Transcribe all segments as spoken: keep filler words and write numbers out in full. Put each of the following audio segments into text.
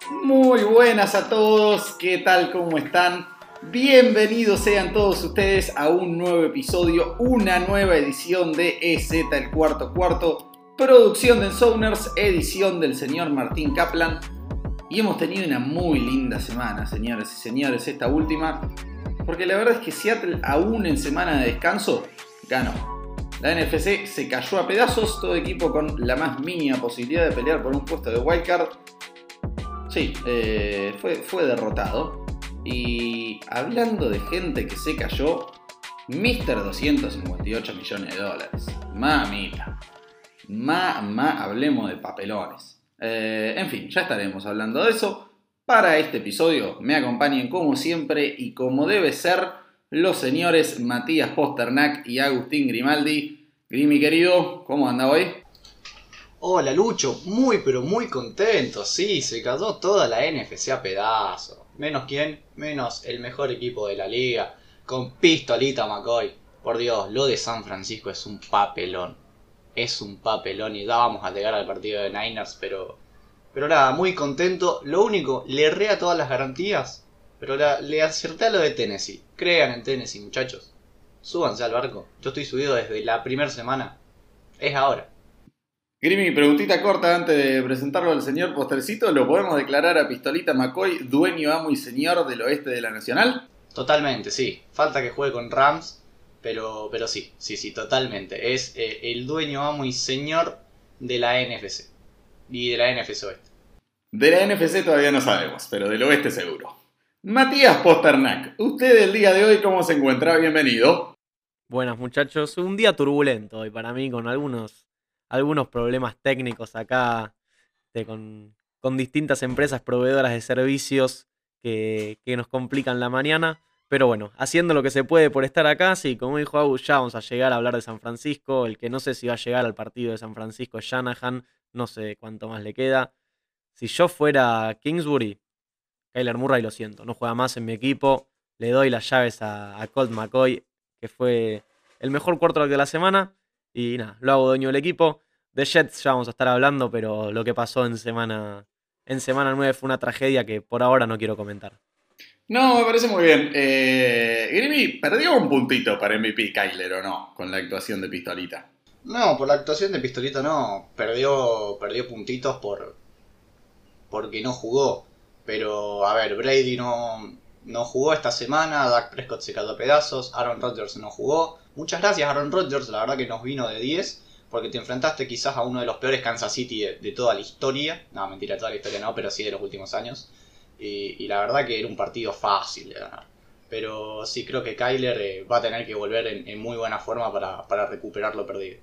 Muy buenas a todos, ¿qué tal? ¿Cómo están? Bienvenidos sean todos ustedes a un nuevo episodio, una nueva edición de E Z el cuarto cuarto, producción de Ensoners, edición del señor Martín Kaplan. Y hemos tenido una muy linda semana, señores y señores, esta última, porque la verdad es que Seattle, aún en semana de descanso, ganó. La N F C se cayó a pedazos, todo equipo con la más mínima posibilidad de pelear por un puesto de wildcard. Sí, eh, fue, fue derrotado. Y hablando de gente que se cayó, mister doscientos cincuenta y ocho millones de dólares. Mamita. Mamá, hablemos de papelones. Eh, en fin, ya estaremos hablando de eso. Para este episodio me acompañan como siempre y como debe ser los señores Matías Posternak y Agustín Grimaldi. Grimi querido, ¿cómo anda hoy? Hola Lucho, muy pero muy contento, sí, se cayó toda la N F C a pedazos. Menos quién, menos el mejor equipo de la liga, con Pistolita McCoy. Por Dios, lo de San Francisco es un papelón. Es un papelón y ya vamos a llegar al partido de Niners, pero... Pero nada, muy contento. Lo único, le erré a todas las garantías, pero la, le acerté a lo de Tennessee. Crean en Tennessee, muchachos. Súbanse al barco. Yo estoy subido desde la primera semana. Es ahora. Grimi, preguntita corta antes de presentarlo al señor Postercito. ¿Lo podemos declarar a Pistolita McCoy dueño, amo y señor del oeste de la Nacional? Totalmente, sí. Falta que juegue con Rams, pero, pero sí, sí, sí, totalmente. Es eh, el dueño, amo y señor de la N F C. Y de la N F C Oeste. De la N F C todavía no sabemos, pero del oeste seguro. Matías Posternak, usted el día de hoy, ¿cómo se encuentra? Bienvenido. Buenas muchachos, un día turbulento hoy para mí con algunos, algunos problemas técnicos acá de, con, con distintas empresas proveedoras de servicios que, que nos complican la mañana. Pero bueno, haciendo lo que se puede por estar acá, sí, como dijo Agus, ya vamos a llegar a hablar de San Francisco. El que no sé si va a llegar al partido de San Francisco es Shanahan, no sé cuánto más le queda. Si yo fuera Kingsbury, Kyler Murray lo siento, no juega más en mi equipo. Le doy las llaves a, a Colt McCoy, que fue el mejor quarterback de la semana. Y nada, lo hago dueño del equipo. De Jets ya vamos a estar hablando, pero lo que pasó en semana, en semana nueve fue una tragedia que por ahora no quiero comentar. No, me parece muy bien. Eh, Grimi, perdió un puntito para M V P Kyler, ¿o no? Con la actuación de Pistolita. No, por la actuación de Pistolita no. Perdió, perdió puntitos por porque no jugó. Pero, a ver, Brady no, no jugó esta semana, Dak Prescott se cayó a pedazos, Aaron Rodgers no jugó. Muchas gracias Aaron Rodgers, la verdad que nos vino de diez, porque te enfrentaste quizás a uno de los peores Kansas City de, de toda la historia. No, mentira, de toda la historia no, pero sí de los últimos años. Y, y la verdad que era un partido fácil de ganar. Pero sí, creo que Kyler eh, va a tener que volver en, en muy buena forma para, para recuperar lo perdido.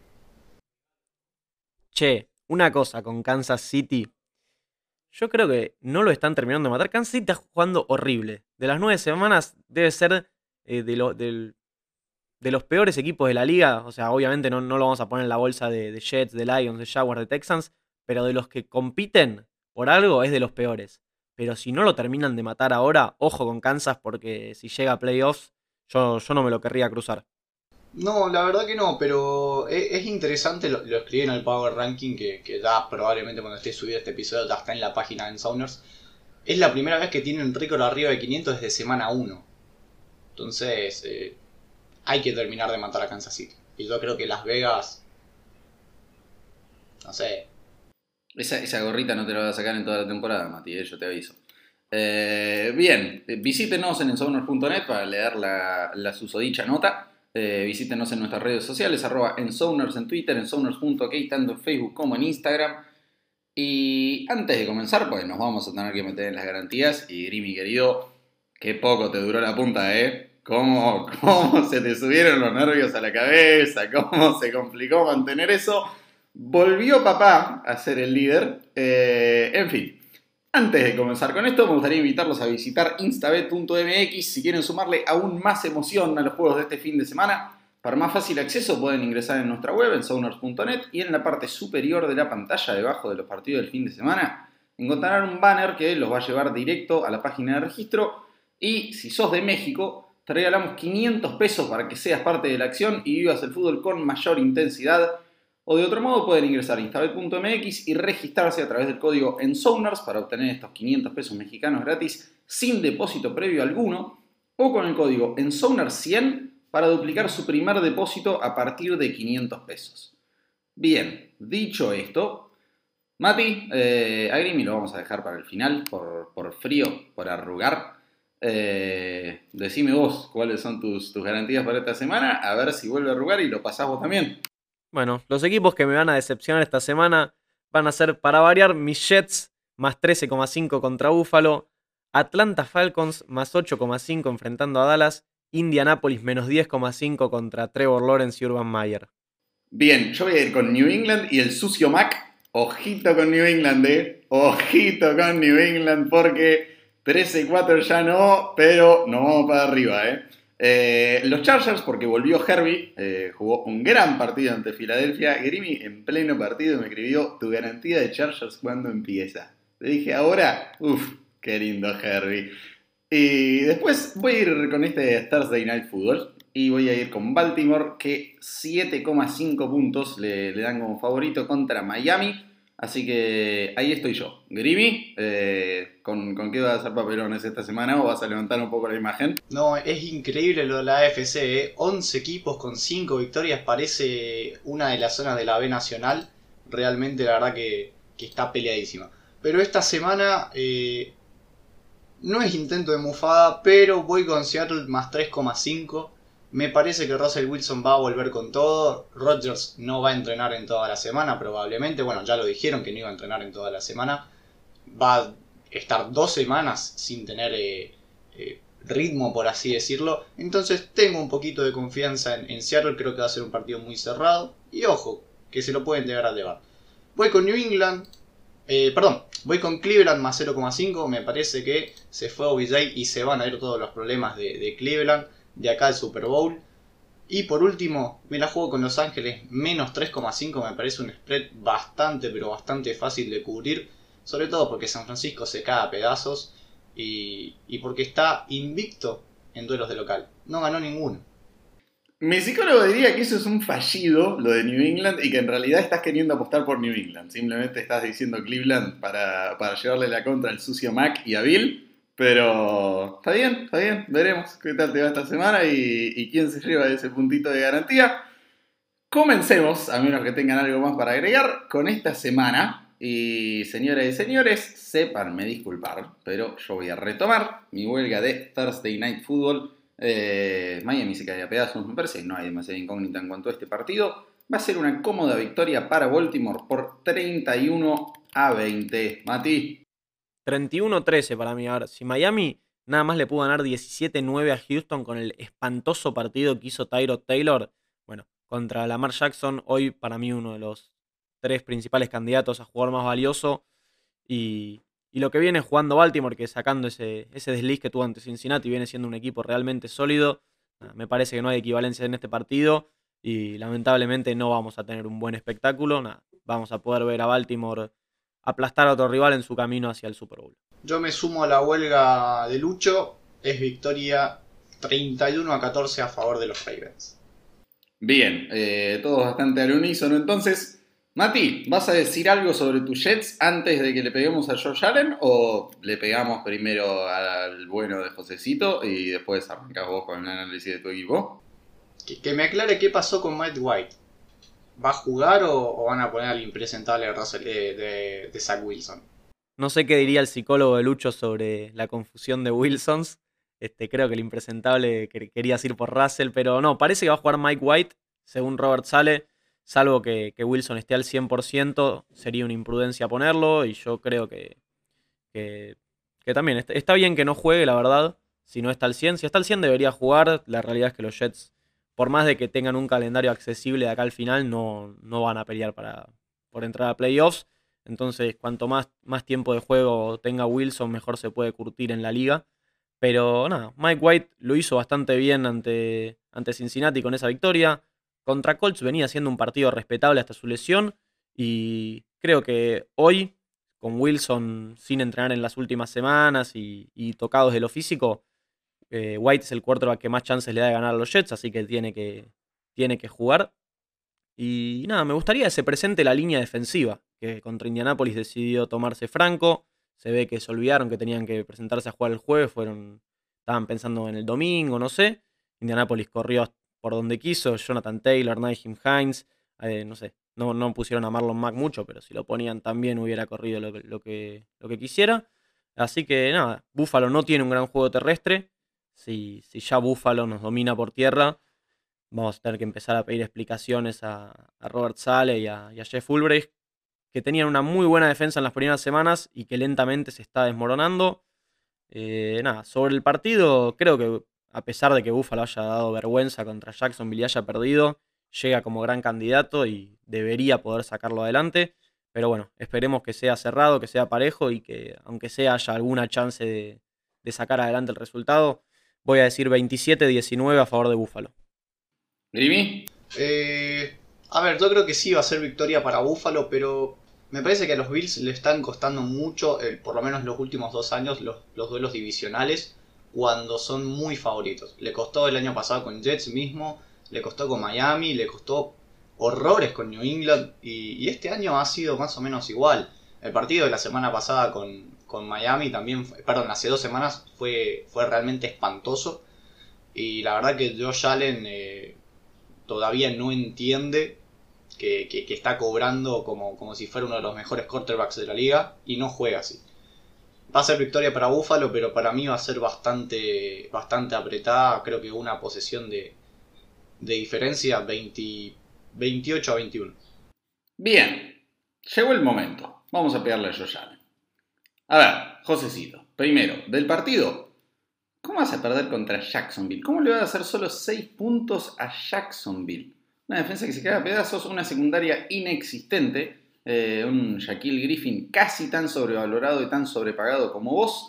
Che, una cosa con Kansas City. Yo creo que no lo están terminando de matar. Kansas City está jugando horrible. De las nueve semanas debe ser eh, de, lo, del, de los peores equipos de la liga. O sea, obviamente no, no lo vamos a poner en la bolsa de, de Jets, de Lions, de Jaguars, de Texans. Pero de los que compiten por algo es de los peores. Pero si no lo terminan de matar ahora, ojo con Kansas porque si llega a playoffs, yo, yo no me lo querría cruzar. No, la verdad que no, pero es, es interesante, lo, lo escribí en el Power Ranking, que, que ya probablemente cuando esté subido este episodio ya está en la página de Ensoners. Es la primera vez que tienen récord arriba de quinientos desde semana uno. Entonces, eh, hay que terminar de matar a Kansas City. Y yo creo que Las Vegas, no sé. Esa, esa gorrita no te la vas a sacar en toda la temporada, Mati, eh, yo te aviso. Eh, bien, visítenos en ensoners punto net para leer la, la susodicha nota. Eh, visítenos en nuestras redes sociales, arroba Ensoners en Twitter, ensoners punto ok, tanto en Facebook como en Instagram. Y antes de comenzar, pues nos vamos a tener que meter en las garantías. Y Grimi, querido, qué poco te duró la punta, ¿eh? ¿Cómo, cómo se te subieron los nervios a la cabeza? ¿Cómo se complicó mantener eso? Volvió papá a ser el líder. Eh, en fin. Antes de comenzar con esto, me gustaría invitarlos a visitar instabet punto m x si quieren sumarle aún más emoción a los juegos de este fin de semana. Para más fácil acceso pueden ingresar en nuestra web, ensoners punto net, y en la parte superior de la pantalla, debajo de los partidos del fin de semana, encontrarán un banner que los va a llevar directo a la página de registro. Y si sos de México, te regalamos quinientos pesos para que seas parte de la acción y vivas el fútbol con mayor intensidad. O de otro modo pueden ingresar a instabet punto m x y registrarse a través del código ENSOUNERS para obtener estos quinientos pesos mexicanos gratis sin depósito previo alguno, o con el código ENSOUNERS cien para duplicar su primer depósito a partir de quinientos pesos. Bien, dicho esto, Mati, eh, a Grimi lo vamos a dejar para el final, por, por frío, por arrugar. Eh, decime vos cuáles son tus, tus garantías para esta semana, a ver si vuelve a arrugar y lo pasás vos también. Bueno, los equipos que me van a decepcionar esta semana van a ser, para variar, mis Jets más trece coma cinco contra Buffalo, Atlanta Falcons más ocho coma cinco enfrentando a Dallas, Indianapolis menos diez coma cinco contra Trevor Lawrence y Urban Meyer. Bien, yo voy a ir con New England y el sucio Mac. Ojito con New England, eh. Ojito con New England porque trece cuatro ya no, pero nos vamos para arriba, eh. Eh, los Chargers porque volvió Herbie, eh, jugó un gran partido ante Filadelfia. Grimi en pleno partido me escribió: tu garantía de Chargers cuando empieza. Le dije: ahora, uff, qué lindo Herbie. Y después voy a ir con este Thursday Night Football y voy a ir con Baltimore, que siete coma cinco puntos le, le dan como favorito contra Miami. Así que ahí estoy yo. Grimi, eh, ¿con, ¿con qué vas a hacer papelones esta semana o vas a levantar un poco la imagen? No, es increíble lo de la A F C, ¿eh? once equipos con cinco victorias, parece una de las zonas de la B Nacional. Realmente la verdad que, que está peleadísima. Pero esta semana eh, no es intento de mufada, pero voy con Seattle más tres coma cinco. Me parece que Russell Wilson va a volver con todo. Rodgers no va a entrenar en toda la semana probablemente. Bueno, ya lo dijeron que no iba a entrenar en toda la semana. Va a estar dos semanas sin tener eh, eh, ritmo, por así decirlo. Entonces tengo un poquito de confianza en, en Seattle. Creo que va a ser un partido muy cerrado. Y ojo, que se lo pueden llegar a llevar. Voy con New England. Eh, perdón, voy con Cleveland más cero coma cinco. Me parece que se fue O B J y se van a ir todos los problemas de, de Cleveland de acá al Super Bowl. Y por último, me la juego con Los Ángeles menos tres coma cinco. Me parece un spread bastante, pero bastante fácil de cubrir. Sobre todo porque San Francisco se cae a pedazos. Y, y porque está invicto en duelos de local. No ganó ninguno. Mi psicólogo diría que eso es un fallido, lo de New England, y que en realidad estás queriendo apostar por New England. Simplemente estás diciendo Cleveland para, para llevarle la contra al sucio Mac y a Bill. Pero está bien, está bien. Veremos qué tal te va esta semana y, y quién se lleva ese puntito de garantía. Comencemos, a menos que tengan algo más para agregar, con esta semana. Y señoras y señores, sépanme disculpar, pero yo voy a retomar mi huelga de Thursday Night Football. Eh, Miami se cae a pedazos, me parece, no hay demasiada incógnita en cuanto a este partido. Va a ser una cómoda victoria para Baltimore por treinta y uno a veinte. Mati. treinta y uno a trece para mí. A ver, si Miami nada más le pudo ganar diecisiete nueve a Houston con el espantoso partido que hizo Tyrod Taylor, bueno, contra Lamar Jackson, hoy para mí uno de los tres principales candidatos a jugador más valioso. Y, y lo que viene jugando Baltimore, que sacando ese, ese desliz que tuvo ante Cincinnati, viene siendo un equipo realmente sólido. Me parece que no hay equivalencia en este partido y lamentablemente no vamos a tener un buen espectáculo. Nada, vamos a poder ver a Baltimore aplastar a otro rival en su camino hacia el Super Bowl. Yo me sumo a la huelga de Lucho. Es victoria treinta y uno a catorce a favor de los Ravens. Bien, eh, todos bastante al unísono. Entonces, Mati, ¿vas a decir algo sobre tus Jets antes de que le peguemos a Josh Allen? ¿O le pegamos primero al bueno de Josecito y después arrancás vos con el análisis de tu equipo? Que, que me aclare qué pasó con Mike White. ¿Va a jugar o, o van a poner al impresentable Russell, de, de, de Zach Wilson? No sé qué diría el psicólogo de Lucho sobre la confusión de Wilsons. Este, creo que el impresentable quería ir por Russell, pero no, parece que va a jugar Mike White, según Robert Saleh, salvo que, que Wilson esté al cien por ciento, sería una imprudencia ponerlo, y yo creo que, que, que también está, está bien que no juegue, la verdad, si no está al cien. Si está al cien debería jugar. La realidad es que los Jets, por más de que tengan un calendario accesible de acá al final, no, no van a pelear para, por entrar a playoffs. Entonces, cuanto más, más tiempo de juego tenga Wilson, mejor se puede curtir en la liga. Pero nada, Mike White lo hizo bastante bien ante, ante Cincinnati con esa victoria. Contra Colts venía siendo un partido respetable hasta su lesión. Y creo que hoy, con Wilson sin entrenar en las últimas semanas y, y tocados de lo físico, eh, White es el quarterback que más chances le da de ganar a los Jets, así que tiene que, tiene que jugar. Y nada, me gustaría que se presente la línea defensiva, que contra Indianapolis decidió tomarse Franco. Se ve que se olvidaron que tenían que presentarse a jugar el jueves, fueron, estaban pensando en el domingo, no sé. Indianapolis corrió por donde quiso, Jonathan Taylor, Nyheim Hines, eh, no sé, no, no pusieron a Marlon Mack mucho, pero si lo ponían también hubiera corrido lo que, lo que, lo que quisiera. Así que nada, Buffalo no tiene un gran juego terrestre. Si, si ya Buffalo nos domina por tierra, vamos a tener que empezar a pedir explicaciones a, a Robert Saleh y a, y a Jeff Ulbrich, que tenían una muy buena defensa en las primeras semanas y que lentamente se está desmoronando. Eh, nada, sobre el partido, creo que a pesar de que Buffalo haya dado vergüenza contra Jacksonville y haya perdido, llega como gran candidato y debería poder sacarlo adelante. Pero bueno, esperemos que sea cerrado, que sea parejo y que aunque sea haya alguna chance de, de sacar adelante el resultado. Voy a decir veintisiete diecinueve a favor de Buffalo. ¿Grimi? Eh, a ver, yo creo que sí va a ser victoria para Buffalo, pero me parece que a los Bills le están costando mucho, eh, por lo menos los últimos dos años, los, los duelos divisionales, cuando son muy favoritos. Le costó el año pasado con Jets mismo, le costó con Miami, le costó horrores con New England, y, y este año ha sido más o menos igual. El partido de la semana pasada con, con Miami también, fue, perdón, hace dos semanas fue, fue realmente espantoso, y la verdad que Josh Allen eh, todavía no entiende que, que, que está cobrando como, como si fuera uno de los mejores quarterbacks de la liga y no juega así. Va a ser victoria para Buffalo, pero para mí va a ser bastante, bastante apretada. Creo que una posesión de, de diferencia veinte, veintiocho a veintiuno. Bien, llegó el momento. Vamos a pegarle a Josh Allen. A ver, Josecito, primero, del partido. ¿Cómo vas a perder contra Jacksonville? ¿Cómo le vas a hacer solo seis puntos a Jacksonville? Una defensa que se cae a pedazos, una secundaria inexistente, eh, un Shaquille Griffin casi tan sobrevalorado y tan sobrepagado como vos.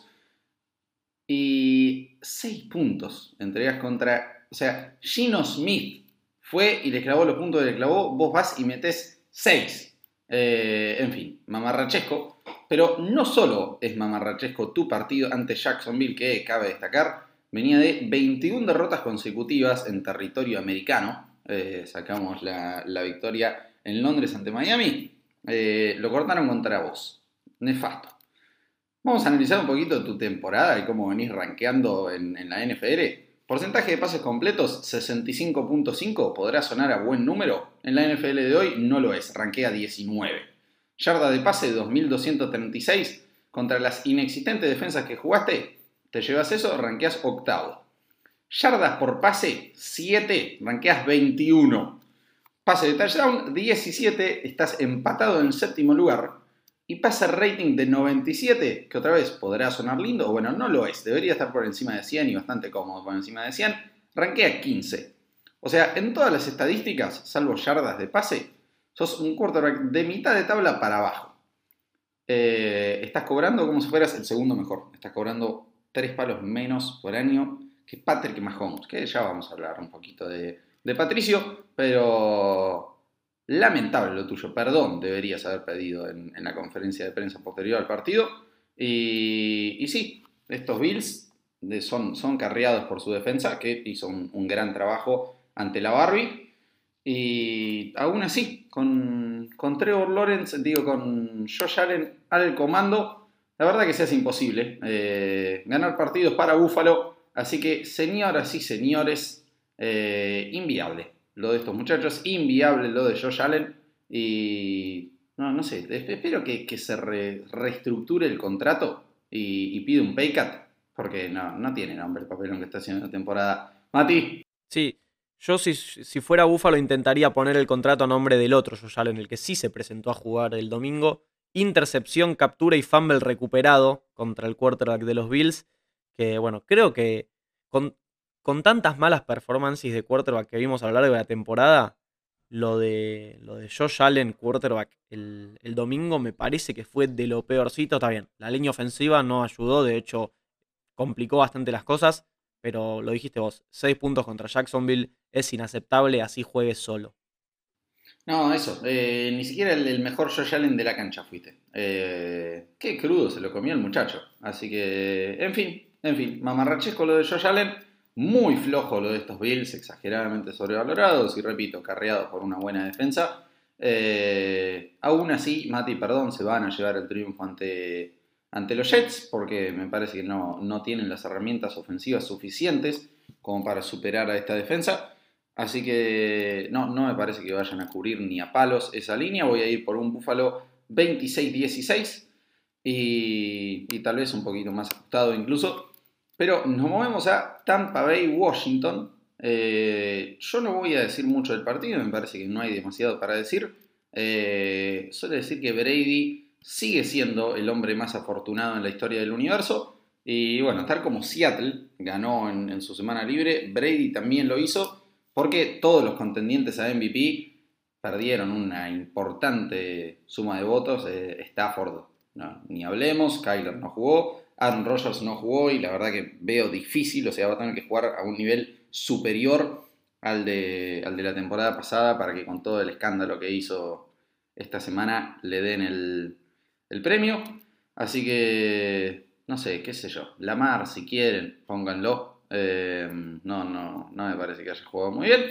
Y seis puntos entregas contra... O sea, Geno Smith fue y le clavó los puntos que le clavó, vos vas y metés seis. Eh, en fin, mamarrachesco. Pero no solo es mamarrachesco tu partido ante Jacksonville, que cabe destacar, venía de veintiuna derrotas consecutivas en territorio americano. Eh, sacamos la, la victoria en Londres ante Miami. Eh, lo cortaron contra vos. Nefasto. Vamos a analizar un poquito tu temporada y cómo venís rankeando en, en la N F L. Porcentaje de pases completos, sesenta y cinco punto cinco. Podrá sonar a buen número. En la N F L de hoy no lo es. Rankea diecinueve. Yarda de pase dos mil doscientos treinta y seis. Contra las inexistentes defensas que jugaste, te llevas eso, rankeas octavo. Yardas por pase, siete, rankeas veintiuno. Pase de touchdown, diecisiete, estás empatado en el séptimo lugar. Y pase rating de noventa y siete, que otra vez podrá sonar lindo, o bueno, no lo es, debería estar por encima de cien y bastante cómodo por encima de cien. Rankea quince. O sea, en todas las estadísticas, salvo yardas de pase, sos un quarterback de mitad de tabla para abajo. Eh, estás cobrando como si fueras el segundo mejor. Estás cobrando tres palos menos por año que Patrick Mahomes, que ya vamos a hablar un poquito de, de Patricio, pero lamentable lo tuyo. Perdón, deberías haber pedido en, en la conferencia de prensa posterior al partido. Y, y sí, estos Bills de, son, son carreados por su defensa, que hizo un, un gran trabajo ante la Barbie. Y aún así, con, con Trevor Lawrence, digo, con Josh Allen al comando, la verdad que se hace imposible eh, ganar partidos para Buffalo. Así que, señoras y señores, eh, inviable lo de estos muchachos, inviable lo de Josh Allen. Y no, no sé, espero que, que se re, reestructure el contrato y, y pide un pay cut, porque no, no tiene nombre el papelón que está haciendo esta temporada. Mati. Sí. Yo si, si fuera Buffalo intentaría poner el contrato a nombre del otro Josh Allen, el que sí se presentó a jugar el domingo. Intercepción, captura y fumble recuperado contra el quarterback de los Bills. Que bueno, creo que con, con tantas malas performances de quarterback que vimos a lo largo de la temporada, lo de, lo de Josh Allen, quarterback, el, el domingo me parece que fue de lo peorcito. Está bien, la línea ofensiva no ayudó, de hecho complicó bastante las cosas. Pero lo dijiste vos, seis puntos contra Jacksonville es inaceptable, así juegues solo. No, eso, eh, ni siquiera el, el mejor Josh Allen de la cancha fuiste. Eh, qué crudo se lo comió el muchacho. Así que, en fin, en fin, mamarrachesco lo de Josh Allen. Muy flojo lo de estos Bills, exageradamente sobrevalorados y repito, carreados por una buena defensa. Eh, aún así, Mati, perdón, se van a llevar el triunfo ante, ante los Jets porque me parece que no, no tienen las herramientas ofensivas suficientes como para superar a esta defensa. Así que no, no me parece que vayan a cubrir ni a palos esa línea. Voy a ir por un Buffalo veintiséis dieciséis y, y tal vez un poquito más ajustado incluso. Pero nos movemos a Tampa Bay, Washington. Eh, yo no voy a decir mucho del partido, me parece que no hay demasiado para decir. Eh, solo decir que Brady sigue siendo el hombre más afortunado en la historia del universo. Y bueno, tal como Seattle ganó en, en su semana libre, Brady también lo hizo porque todos los contendientes a M V P perdieron una importante suma de votos. Eh, Stafford, no, ni hablemos, Kyler no jugó. Aaron Rodgers no jugó y la verdad que veo difícil, o sea, va a tener que jugar a un nivel superior al de, al de la temporada pasada para que con todo el escándalo que hizo esta semana le den el, el premio. Así que, no sé, qué sé yo, Lamar si quieren, pónganlo. Eh, no, no, no me parece que haya jugado muy bien.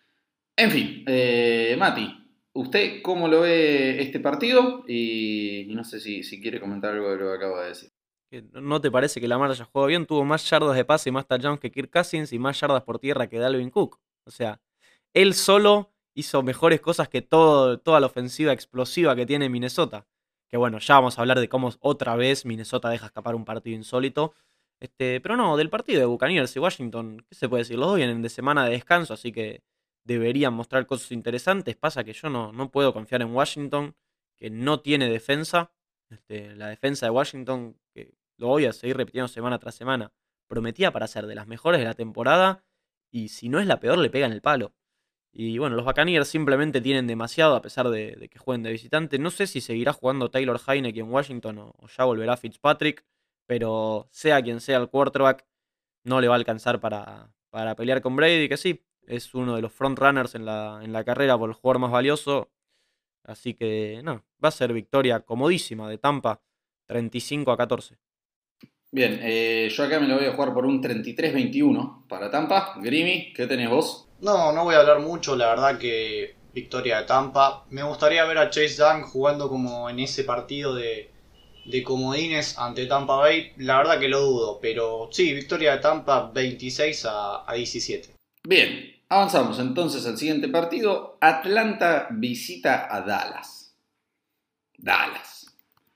En fin, eh, Mati, ¿usted cómo lo ve este partido? Y, y no sé si, si quiere comentar algo de lo que acabo de decir. ¿No te parece que Lamar haya jugado bien? Tuvo más yardas de pase y más touchdowns que Kirk Cousins y más yardas por tierra que Dalvin Cook. O sea, él solo hizo mejores cosas que todo, toda la ofensiva explosiva que tiene Minnesota. Que bueno, ya vamos a hablar de cómo otra vez Minnesota deja escapar un partido insólito. Este, pero no, del partido de Buccaneers y Washington, ¿qué se puede decir? Los dos vienen de semana de descanso, así que deberían mostrar cosas interesantes. Pasa que yo no, no puedo confiar en Washington, que no tiene defensa. Este, la defensa de Washington, que lo voy a seguir repitiendo semana tras semana, prometía para ser de las mejores de la temporada y si no es la peor le pega en el palo. Y bueno, los Buccaneers simplemente tienen demasiado a pesar de, de que jueguen de visitante. No sé si seguirá jugando Taylor Heinicke en Washington o, o ya volverá Fitzpatrick, pero sea quien sea el quarterback, no le va a alcanzar para, para pelear con Brady, que sí, es uno de los frontrunners en la, en la carrera por el jugador más valioso. Así que no, va a ser victoria comodísima de Tampa, treinta y cinco a catorce. Bien, eh, yo acá me lo voy a jugar por un treinta y tres veintiuno para Tampa. Grimy, ¿qué tenés vos? No, no voy a hablar mucho, la verdad que victoria de Tampa. Me gustaría ver a Chase Young jugando como en ese partido de, de comodines ante Tampa Bay. La verdad que lo dudo, pero sí, victoria de Tampa veintiséis a diecisiete. Bien, avanzamos entonces al siguiente partido. Atlanta visita a Dallas. Dallas.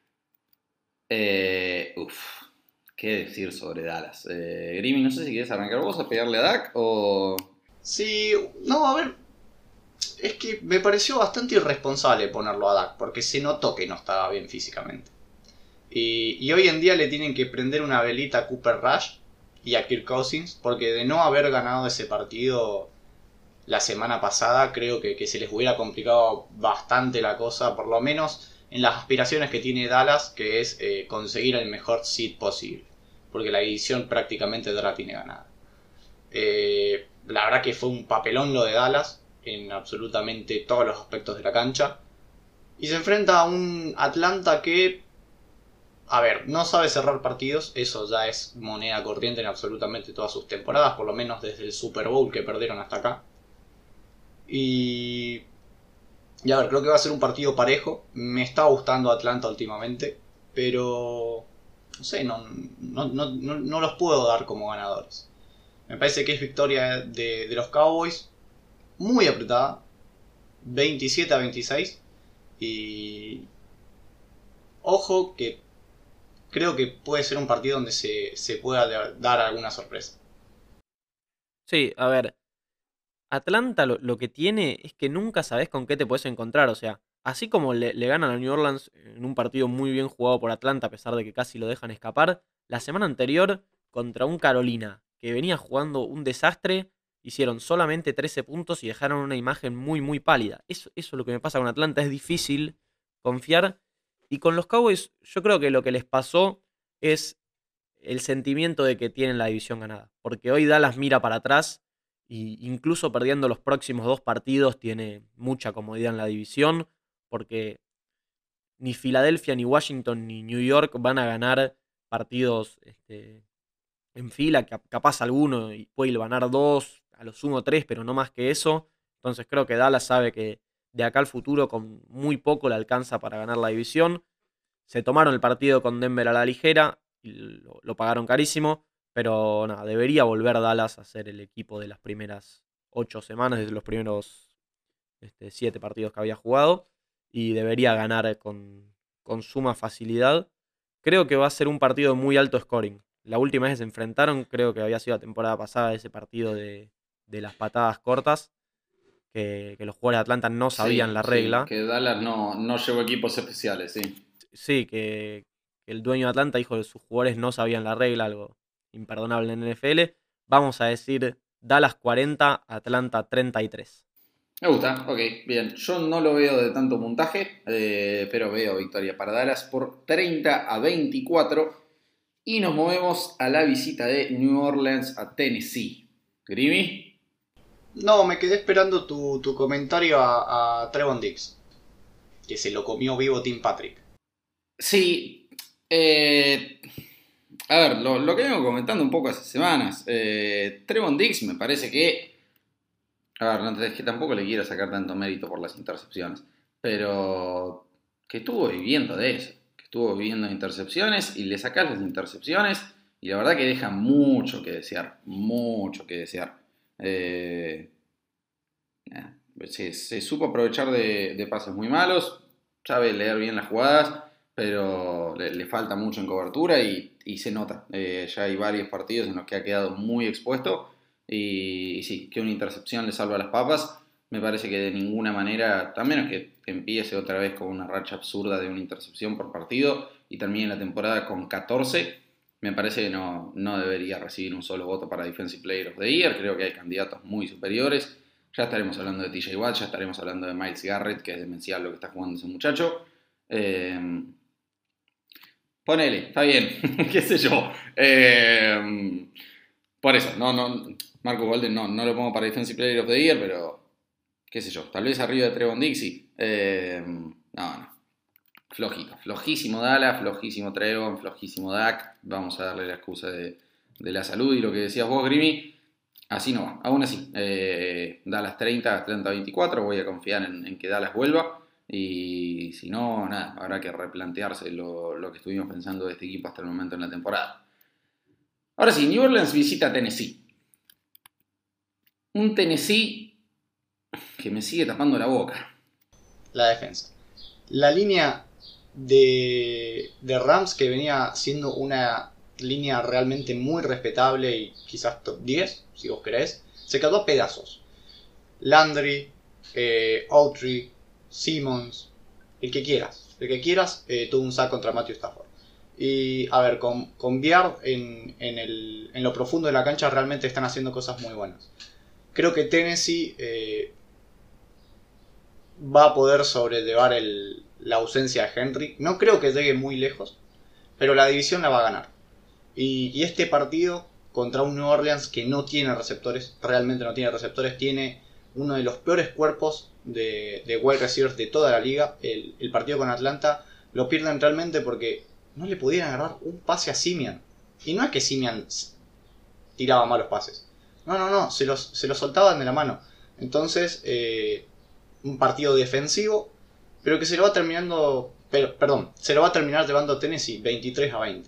Eh, uf, ¿qué decir sobre Dallas? Eh, Grimy, no sé si quieres arrancar vos a pegarle a Dak o... Sí, no, a ver, es que me pareció bastante irresponsable ponerlo a Dak, porque se notó que no estaba bien físicamente. Y, y hoy en día le tienen que prender una velita a Cooper Rush y a Kirk Cousins, porque de no haber ganado ese partido la semana pasada, creo que, que se les hubiera complicado bastante la cosa, por lo menos en las aspiraciones que tiene Dallas, que es eh, conseguir el mejor seed posible, porque la división prácticamente ya la tiene ganada. Eh, la verdad que fue un papelón lo de Dallas en absolutamente todos los aspectos de la cancha. Y se enfrenta a un Atlanta que, a ver, no sabe cerrar partidos. Eso ya es moneda corriente en absolutamente todas sus temporadas, por lo menos desde el Super Bowl que perdieron hasta acá. Y... Y a ver, creo que va a ser un partido parejo. Me está gustando Atlanta últimamente, pero... No sé, no, no, no, no, no los puedo dar como ganadores. Me parece que es victoria de, de los Cowboys, muy apretada, veintisiete a veintiséis. Y ojo que creo que puede ser un partido donde se, se pueda dar alguna sorpresa. Sí, a ver, Atlanta lo, lo que tiene es que nunca sabes con qué te puedes encontrar. O sea, así como le, le ganan a New Orleans en un partido muy bien jugado por Atlanta, a pesar de que casi lo dejan escapar, la semana anterior contra un Carolina que venía jugando un desastre, hicieron solamente trece puntos y dejaron una imagen muy, muy pálida. Eso, eso es lo que me pasa con Atlanta, es difícil confiar. Y con los Cowboys, yo creo que lo que les pasó es el sentimiento de que tienen la división ganada. Porque hoy Dallas mira para atrás y incluso perdiendo los próximos dos partidos tiene mucha comodidad en la división. Porque ni Filadelfia, ni Washington, ni New York van a ganar partidos este, en fila, que capaz alguno y puede ganar dos, a lo sumo tres, pero no más que eso. Entonces creo que Dallas sabe que de acá al futuro con muy poco le alcanza para ganar la división. Se tomaron el partido con Denver a la ligera y lo, lo pagaron carísimo, pero nada, debería volver Dallas a ser el equipo de las primeras ocho semanas, de los primeros este, siete partidos que había jugado, y debería ganar con, con suma facilidad. Creo que va a ser un partido de muy alto scoring. La última vez que se enfrentaron, creo que había sido la temporada pasada, ese partido de, de las patadas cortas, que, que los jugadores de Atlanta no sabían Sí, la sí, regla. que Dallas no, no llevó equipos especiales, sí. Sí, que, que el dueño de Atlanta dijo que sus jugadores no sabían la regla, algo imperdonable en N F L. Vamos a decir Dallas cuarenta, Atlanta treinta y tres. Me gusta, ok, bien. Yo no lo veo de tanto puntaje, eh, pero veo victoria para Dallas por treinta a veinticuatro. Y nos movemos a la visita de New Orleans a Tennessee. ¿Grimy? No, me quedé esperando tu, tu comentario a, a Trevon Diggs, que se lo comió vivo Tim Patrick. Sí. Eh, a ver, lo, lo que vengo comentando un poco hace semanas. Eh, Trevon Diggs me parece que... A ver, no, es que tampoco le quiero sacar tanto mérito por las intercepciones. Pero que estuvo viviendo de eso. Que estuvo viviendo de intercepciones y le sacás las intercepciones y la verdad que deja mucho que desear. Mucho que desear. Eh, se, se supo aprovechar de, de pases muy malos. Sabe leer bien las jugadas. Pero le, le falta mucho en cobertura y, y se nota. Eh, ya hay varios partidos en los que ha quedado muy expuesto. Y, y sí, que una intercepción le salva las papas, me parece que de ninguna manera, a menos que empiece otra vez con una racha absurda de una intercepción por partido y termine la temporada con catorce, me parece que no, no debería recibir un solo voto para Defensive Player of the Year. Creo que hay candidatos muy superiores. Ya estaremos hablando de T J Watt, ya estaremos hablando de Myles Garrett, que es demencial lo que está jugando ese muchacho. Eh, ponele, está bien, qué sé yo. Eh, por eso, no, no, Marcus Golden no, no lo pongo para Defensive Player of the Year, pero qué sé yo, tal vez arriba de Trevon Diggs, sí. Eh, no, no. Flojito, flojísimo Dallas, flojísimo Trevon, flojísimo Dak. Vamos a darle la excusa de, de la salud y lo que decías vos, Grimy. Así no va. Aún así, eh, Dallas treinta, Atlanta veinticuatro. Voy a confiar en, en que Dallas vuelva. Y si no, nada, habrá que replantearse lo, lo que estuvimos pensando de este equipo hasta el momento en la temporada. Ahora sí, New Orleans visita Tennessee. Un Tennessee que me sigue tapando la boca. La defensa. La línea de, de Rams, que venía siendo una línea realmente muy respetable y quizás top diez, si vos querés, se quedó a pedazos. Landry, eh, Autry, Simmons, el que quieras. El que quieras, eh, tuvo un sack contra Matthew Stafford. Y a ver, con, con Biard en, en, el, en lo profundo de la cancha realmente están haciendo cosas muy buenas. Creo que Tennessee eh, va a poder sobrellevar el, la ausencia de Henry. No creo que llegue muy lejos, pero la división la va a ganar. Y, y este partido contra un New Orleans que no tiene receptores, realmente no tiene receptores, tiene uno de los peores cuerpos de, de wide receivers de toda la liga. El, el partido con Atlanta lo pierden realmente porque no le pudieron agarrar un pase a Simian. Y no es que Simian tiraba malos pases. No, no, no, se los, se los soltaban de la mano. Entonces, eh, un partido defensivo, pero que se lo va terminando, pero, perdón, se lo va a terminar llevando Tennessee veintitrés a veinte.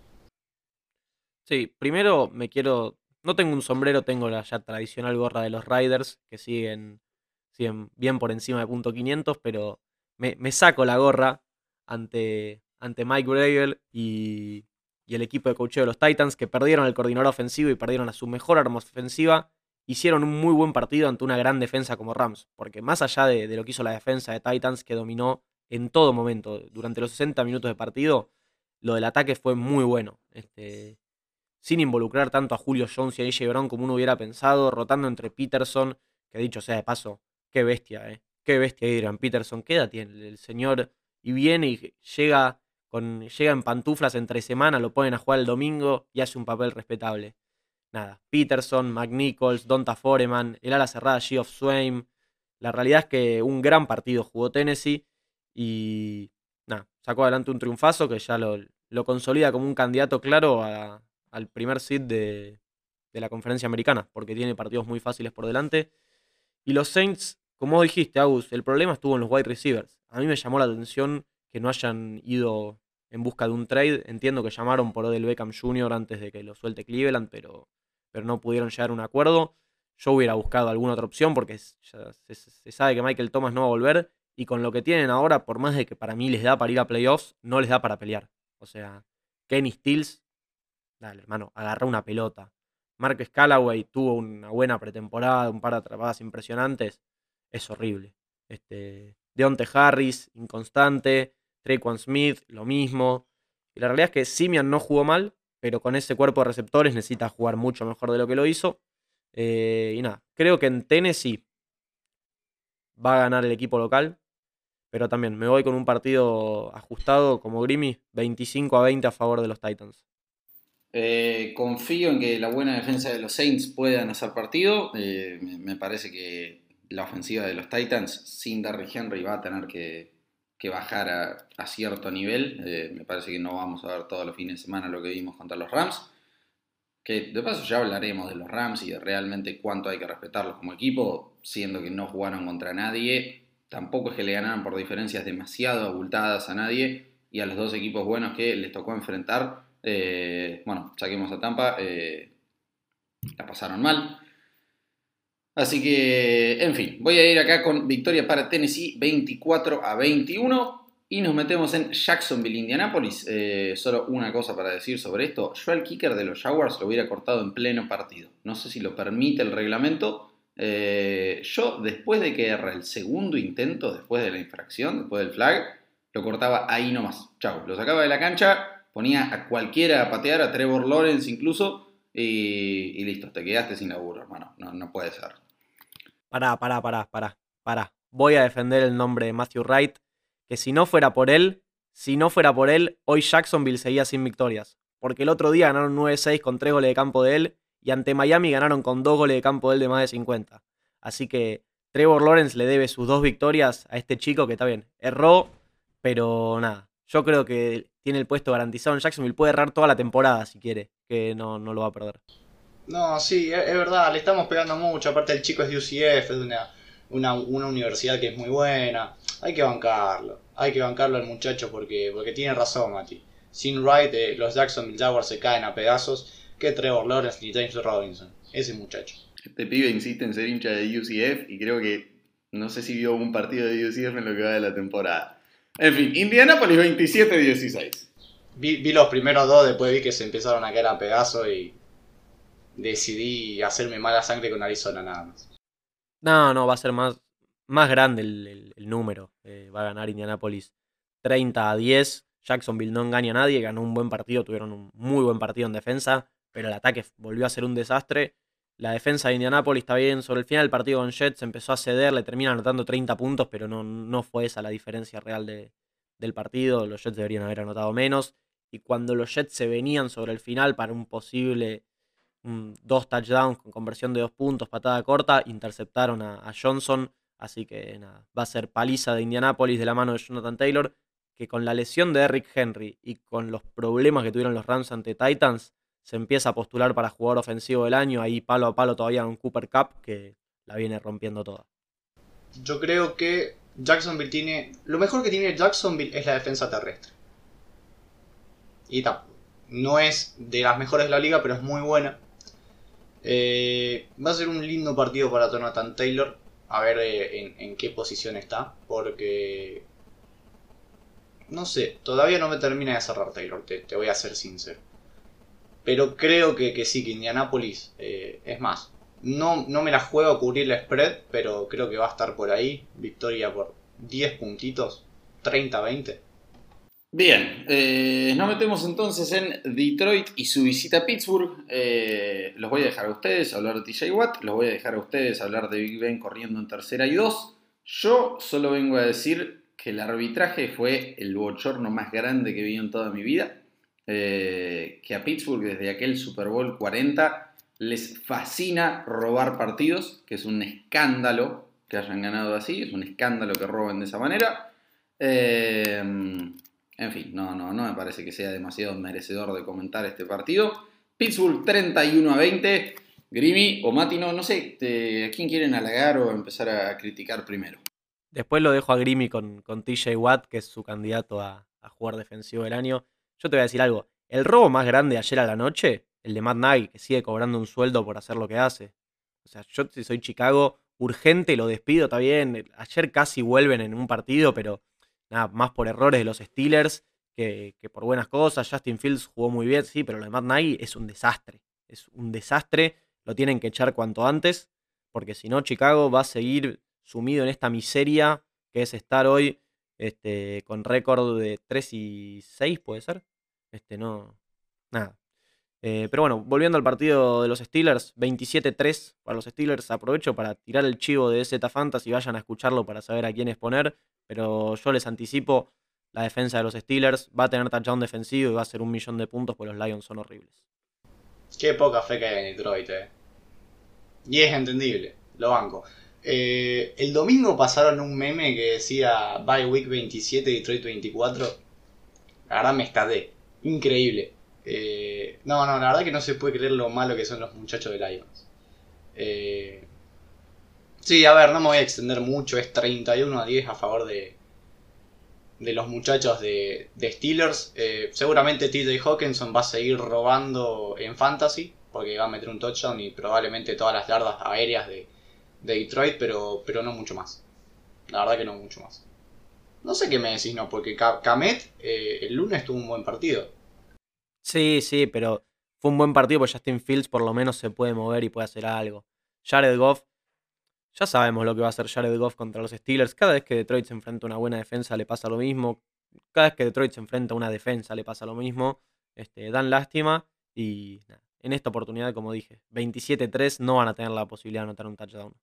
Sí, primero me quiero... No tengo un sombrero, tengo la ya tradicional gorra de los Riders, que siguen, siguen bien por encima de punto quinientos, pero me, me saco la gorra ante, ante Mike Vrabel y, y el equipo de coacheo de los Titans, que perdieron el coordinador ofensivo y perdieron a su mejor arma ofensiva. Hicieron un muy buen partido ante una gran defensa como Rams, porque más allá de, de lo que hizo la defensa de Titans, que dominó en todo momento, durante los sesenta minutos de partido, lo del ataque fue muy bueno. Este, sin involucrar tanto a Julio Jones y a A J Brown como uno hubiera pensado, rotando entre Peterson, que dicho sea de paso, qué bestia, eh, qué bestia Adrian Peterson, qué edad tiene el señor, y viene y llega, con, llega en pantuflas entre semana, lo ponen a jugar el domingo y hace un papel respetable. Nada, Peterson, McNichols, Donta Foreman, el ala cerrada Geoff Swain. La realidad es que un gran partido jugó Tennessee y nada, sacó adelante un triunfazo que ya lo, lo consolida como un candidato claro a, al primer seed de, de la conferencia americana, porque tiene partidos muy fáciles por delante. Y los Saints, como vos dijiste, Agus, el problema estuvo en los wide receivers. A mí me llamó la atención que no hayan ido en busca de un trade. Entiendo que llamaron por Odell Beckham junior antes de que lo suelte Cleveland, pero, pero no pudieron llegar a un acuerdo. Yo hubiera buscado alguna otra opción porque ya se, se sabe que Michael Thomas no va a volver. Y con lo que tienen ahora, por más de que para mí les da para ir a playoffs, no les da para pelear. O sea, Kenny Stills, dale, hermano, agarró una pelota. Marcus Callaway tuvo una buena pretemporada, un par de atrapadas impresionantes. Es horrible. Este, Deontay Harris, inconstante. Tre'Quan Smith, lo mismo. Y la realidad es que Simeon no jugó mal, pero con ese cuerpo de receptores necesita jugar mucho mejor de lo que lo hizo. Eh, y nada, creo que en Tennessee va a ganar el equipo local. Pero también me voy con un partido ajustado como Grimmy, veinticinco a veinte a favor de los Titans. Eh, confío en que la buena defensa de los Saints puedan hacer partido. Eh, me, me parece que la ofensiva de los Titans sin Derrick Henry va a tener que, que bajar a, a cierto nivel. Eh, me parece que no vamos a ver todos los fines de semana lo que vimos contra los Rams. Que de paso ya hablaremos de los Rams y de realmente cuánto hay que respetarlos como equipo, siendo que no jugaron contra nadie. Tampoco es que le ganaran por diferencias demasiado abultadas a nadie. Y a los dos equipos buenos que les tocó enfrentar, eh, bueno, saquemos a Tampa, eh, la pasaron mal. Así que, en fin, voy a ir acá con victoria para Tennessee veinticuatro a veintiuno. Y nos metemos en Jacksonville, Indianapolis. Eh, solo una cosa para decir sobre esto. Yo al kicker de los Jaguars lo hubiera cortado en pleno partido. No sé si lo permite el reglamento. Eh, yo, después de que erra el segundo intento, después de la infracción, después del flag, lo cortaba ahí nomás. Chau, lo sacaba de la cancha, ponía a cualquiera a patear, a Trevor Lawrence incluso, y, y listo, te quedaste sin laburo, hermano. No, no puede ser. Pará, pará, pará, pará, pará. Voy a defender el nombre de Matthew Wright, que si no fuera por él, si no fuera por él, hoy Jacksonville seguía sin victorias. Porque el otro día ganaron nueve seis con tres goles de campo de él, y ante Miami ganaron con dos goles de campo de él de más de cincuenta. Así que Trevor Lawrence le debe sus dos victorias a este chico que está bien, erró, pero nada. Yo creo que tiene el puesto garantizado en Jacksonville. Puede errar toda la temporada si quiere, que no, no lo va a perder. No, sí, es, es verdad, le estamos pegando mucho. Aparte, el chico es de U C F, es de una, una, una universidad que es muy buena. Hay que bancarlo, hay que bancarlo al muchacho porque, porque tiene razón, Mati. Sin Wright, eh, los Jacksonville Jaguars se caen a pedazos. Que Trevor Lawrence ni James Robinson, ese muchacho. Este pibe insiste en ser hincha de U C F y creo que no sé si vio un partido de U C F en lo que va de la temporada. En fin, Indianapolis veintisiete a dieciséis. Vi, vi los primeros dos, después vi que se empezaron a caer a pedazos y decidí hacerme mala sangre con Arizona nada más. No, no, va a ser más, más grande el, el, el número. Eh, va a ganar Indianapolis treinta a diez. Jacksonville no engaña a nadie, ganó un buen partido, tuvieron un muy buen partido en defensa, pero el ataque volvió a ser un desastre. La defensa de Indianapolis está bien. Sobre el final del partido con Jets empezó a ceder, le termina anotando treinta puntos, pero no, no fue esa la diferencia real de, del partido. Los Jets deberían haber anotado menos. Y cuando los Jets se venían sobre el final para un posible un, dos touchdowns con conversión de dos puntos, patada corta, interceptaron a, a Johnson. Así que nada, va a ser paliza de Indianapolis de la mano de Jonathan Taylor, que con la lesión de Derrick Henry y con los problemas que tuvieron los Rams ante Titans, se empieza a postular para jugador ofensivo del año, ahí palo a palo todavía con Cooper Kupp, que la viene rompiendo toda. Yo creo que Jacksonville tiene... Lo mejor que tiene Jacksonville es la defensa terrestre. Y ta, no es de las mejores de la liga, pero es muy buena. Eh, va a ser un lindo partido para Jonathan Taylor. A ver eh, en, en qué posición está, porque... No sé, todavía no me termina de cerrar Taylor, te, te voy a ser sincero. Pero creo que, que sí, que Indianapolis, eh, es más, no, no me la juego a cubrir la spread, pero creo que va a estar por ahí. Victoria por diez puntitos, treinta a veinte. Bien, eh, nos metemos entonces en Detroit y su visita a Pittsburgh. Eh, los voy a dejar a ustedes hablar de T J Watt, los voy a dejar a ustedes hablar de Big Ben corriendo en tercera y dos. Yo solo vengo a decir que el arbitraje fue el bochorno más grande que vi en toda mi vida. Eh, que a Pittsburgh desde aquel Super Bowl cuarenta les fascina robar partidos, que es un escándalo que hayan ganado así, es un escándalo que roben de esa manera. Eh, en fin, no, no, no me parece que sea demasiado merecedor de comentar este partido. Pittsburgh treinta y uno a veinte. Grimi o Mati, no, no sé, te, ¿a quién quieren halagar o empezar a criticar primero? Después lo dejo a Grimy con, con T J Watt, que es su candidato a, a jugador defensivo del año. Yo te voy a decir algo. El robo más grande ayer a la noche, el de Matt Nagy, que sigue cobrando un sueldo por hacer lo que hace. O sea, yo si soy Chicago, urgente, lo despido, está bien. Ayer casi vuelven en un partido, pero nada, más por errores de los Steelers que, que por buenas cosas. Justin Fields jugó muy bien, sí, pero lo de Matt Nagy es un desastre. Es un desastre. Lo tienen que echar cuanto antes, porque si no, Chicago va a seguir sumido en esta miseria que es estar hoy este, con récord de tres y seis, puede ser. Este, no, nada. Eh, pero bueno, volviendo al partido de los Steelers, veintisiete tres para los Steelers. Aprovecho para tirar el chivo de Z Fantasy, vayan a escucharlo para saber a quiénes poner. Pero yo les anticipo, la defensa de los Steelers va a tener touchdown defensivo y va a ser un millón de puntos, porque los Lions son horribles. Qué poca fe que hay en Detroit, eh. Y es entendible, lo banco. Eh, el domingo pasaron un meme que decía Bye Week veintisiete, Detroit veinticuatro. La verdad me estaté. Increíble. Eh, no, no, la verdad que no se puede creer lo malo que son los muchachos de Lions. Eh, sí, a ver, no me voy a extender mucho. Es treinta y uno a diez a favor de, de los muchachos de, de Steelers. Eh, seguramente T J Hawkinson va a seguir robando en Fantasy, porque va a meter un touchdown y probablemente todas las yardas aéreas de, de Detroit, pero, pero no mucho más. La verdad que no mucho más. No sé qué me decís, no, porque Kamet eh, el lunes tuvo un buen partido. Sí, sí, pero fue un buen partido porque Justin Fields por lo menos se puede mover y puede hacer algo. Jared Goff, ya sabemos lo que va a hacer Jared Goff contra los Steelers. Cada vez que Detroit se enfrenta a una buena defensa le pasa lo mismo. Cada vez que Detroit se enfrenta a una defensa le pasa lo mismo. Este, dan lástima y nada, en esta oportunidad, como dije, veintisiete tres no van a tener la posibilidad de anotar un touchdown.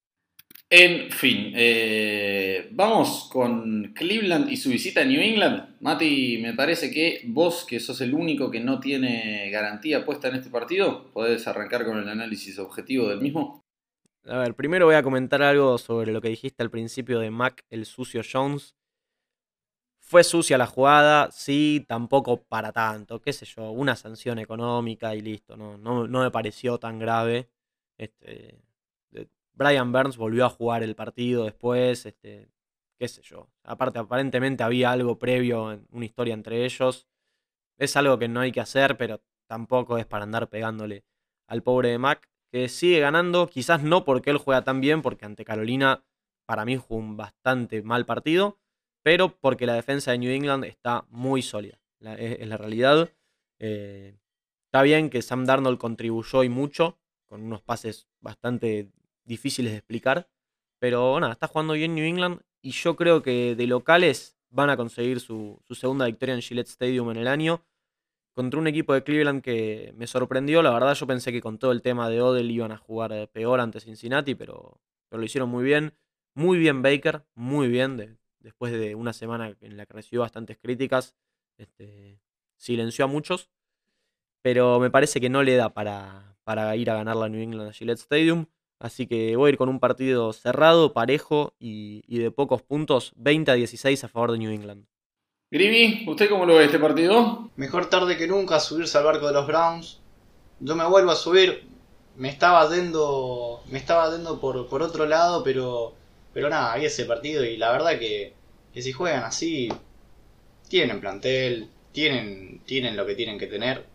En fin, eh, vamos con Cleveland y su visita a New England. Mati, me parece que vos, que sos el único que no tiene garantía puesta en este partido, podés arrancar con el análisis objetivo del mismo. A ver, primero voy a comentar algo sobre lo que dijiste al principio de Mac, el sucio Jones. Fue sucia la jugada, sí, tampoco para tanto, qué sé yo, una sanción económica y listo, no, no, no me pareció tan grave. Este, de- Brian Burns volvió a jugar el partido después, este, qué sé yo. Aparte, aparentemente había algo previo, en una historia entre ellos. Es algo que no hay que hacer, pero tampoco es para andar pegándole al pobre de Mac, que sigue ganando, quizás no porque él juega tan bien, porque ante Carolina para mí jugó un bastante mal partido, pero porque la defensa de New England está muy sólida. La- es, es la realidad. Eh, Está bien que Sam Darnold contribuyó y mucho, con unos pases bastante difíciles de explicar, pero nada, está jugando bien New England y yo creo que de locales van a conseguir su, su segunda victoria en Gillette Stadium en el año contra un equipo de Cleveland que me sorprendió. La verdad, yo pensé que con todo el tema de Odell iban a jugar eh, peor ante Cincinnati, pero, pero lo hicieron muy bien. Muy bien Baker, muy bien. De- después de una semana en la que recibió bastantes críticas, este, silenció a muchos, pero me parece que no le da para, para ir a ganar la New England a Gillette Stadium. Así que voy a ir con un partido cerrado, parejo y, y de pocos puntos, veinte a dieciséis a favor de New England. Grimi, ¿usted cómo lo ve este partido? Mejor tarde que nunca subirse al barco de los Browns. Yo me vuelvo a subir. Me estaba dando. Me estaba dando por, por otro lado, pero. Pero nada, había ese partido y la verdad que, que si juegan así, tienen plantel, tienen, tienen lo que tienen que tener.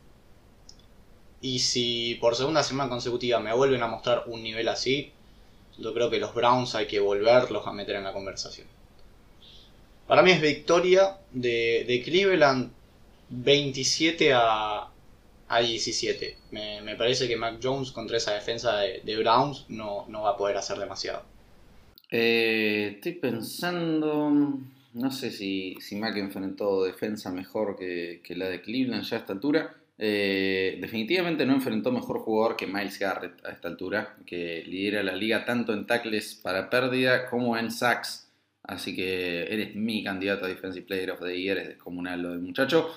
Y si por segunda semana consecutiva me vuelven a mostrar un nivel así, yo creo que los Browns hay que volverlos a meter en la conversación. Para mí es victoria de, de Cleveland veintisiete a, a diecisiete. Me, me parece que Mac Jones contra esa defensa de, de Browns no, no va a poder hacer demasiado. Eh, estoy pensando, no sé si, si Mac enfrentó defensa mejor que, que la de Cleveland ya a esta altura. Eh, definitivamente no enfrentó mejor jugador que Myles Garrett a esta altura, que lidera la liga tanto en tackles para pérdida como en sacks. Así que eres mi candidato a Defensive Player of the Year, es descomunal lo del muchacho.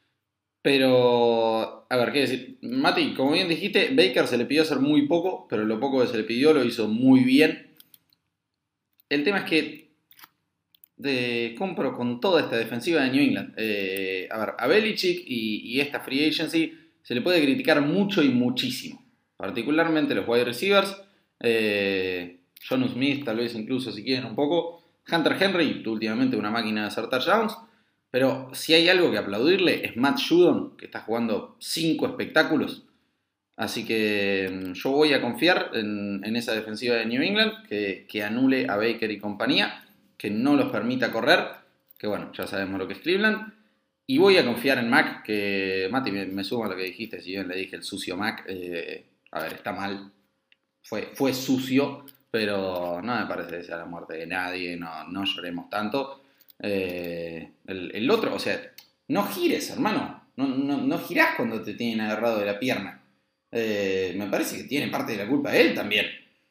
Pero, a ver, ¿qué decir? Mati, como bien dijiste, Baker se le pidió hacer muy poco, pero lo poco que se le pidió lo hizo muy bien. El tema es que de, compro con toda esta defensiva de New England. Eh, a ver, a Belichick y, y esta free agency se le puede criticar mucho y muchísimo. Particularmente los wide receivers. Eh, Jonnu Smith, tal vez incluso si quieren un poco. Hunter Henry, últimamente una máquina de hacer touchdowns. Pero si hay algo que aplaudirle es Matt Judon, que está jugando cinco espectáculos. Así que yo voy a confiar en, en esa defensiva de New England, que, que anule a Baker y compañía, que no los permita correr, que bueno, ya sabemos lo que es Cleveland. Y voy a confiar en Mac, que Mati, me, me sumo a lo que dijiste, si bien le dije el sucio Mac, eh, a ver, está mal, fue, fue sucio, pero no me parece que sea la muerte de nadie, no, no lloremos tanto. Eh, el, el otro, o sea, no gires, hermano, no, no, no girás cuando te tienen agarrado de la pierna. Eh, me parece que tiene parte de la culpa él también.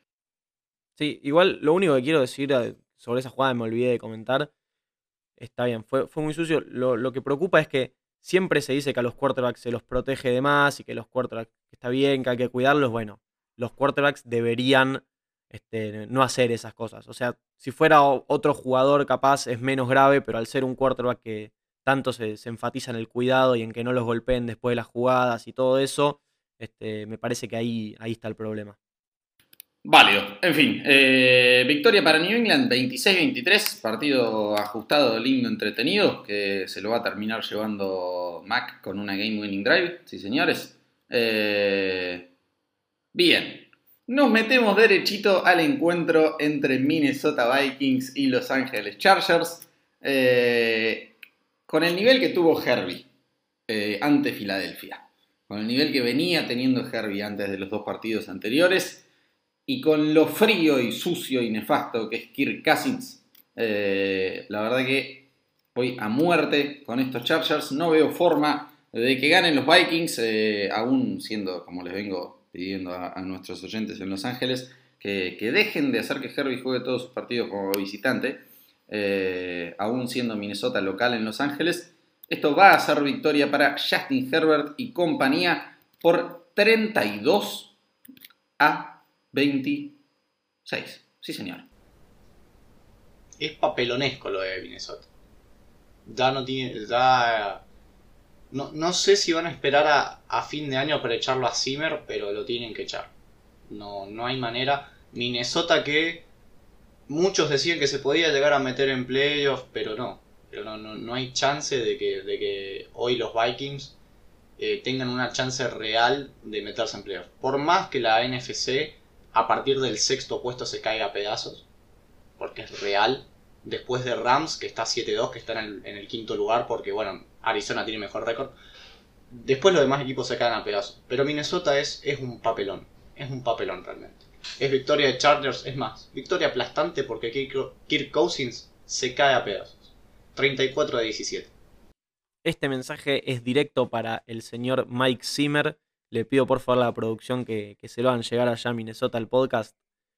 Sí, igual lo único que quiero decir sobre esa jugada, me olvidé de comentar, está bien, fue, fue muy sucio. Lo, lo que preocupa es que siempre se dice que a los quarterbacks se los protege de más y que los quarterbacks está bien, que hay que cuidarlos. Bueno, los quarterbacks deberían este, no hacer esas cosas. O sea, si fuera otro jugador capaz es menos grave, pero al ser un quarterback que tanto se, se enfatiza en el cuidado y en que no los golpeen después de las jugadas y todo eso, este, me parece que ahí, ahí está el problema. Válido. En fin, eh, victoria para New England, veintiséis veintitrés, partido ajustado, lindo, entretenido, que se lo va a terminar llevando Mac con una game winning drive, sí señores. Eh, bien, nos metemos derechito al encuentro entre Minnesota Vikings y Los Angeles Chargers, eh, con el nivel que tuvo Herbie eh, ante Filadelfia, con el nivel que venía teniendo Herbie antes de los dos partidos anteriores. Y con lo frío y sucio y nefasto que es Kirk Cousins, eh, la verdad que voy a muerte con estos Chargers. No veo forma de que ganen los Vikings, eh, aún siendo, como les vengo pidiendo a, a nuestros oyentes en Los Ángeles, que, que dejen de hacer que Herbie juegue todos sus partidos como visitante, eh, aún siendo Minnesota local en Los Ángeles. Esto va a ser victoria para Justin Herbert y compañía por treinta y dos a veintiséis. Sí, señor. Es papelonesco lo de Minnesota. Ya no tiene. Ya. No, no sé si van a esperar a, a fin de año para echarlo a Zimmer, pero lo tienen que echar. No, no hay manera. Minnesota que muchos decían que se podía llegar a meter en playoffs, pero no. Pero no, no, no hay chance de que, de que hoy los Vikings eh, tengan una chance real de meterse en playoffs. Por más que la N F C a partir del sexto puesto se caiga a pedazos, porque es real, después de Rams, que está siete dos, que está en el, en el quinto lugar, porque bueno, Arizona tiene mejor récord, después los demás equipos se caen a pedazos, pero Minnesota es, es un papelón, es un papelón realmente, es victoria de Chargers, es más, victoria aplastante porque Kirk, Kirk Cousins se cae a pedazos, treinta y cuatro a diecisiete. Este mensaje es directo para el señor Mike Zimmer. Le pido por favor a la producción que, que se lo hagan llegar allá a Minnesota al podcast.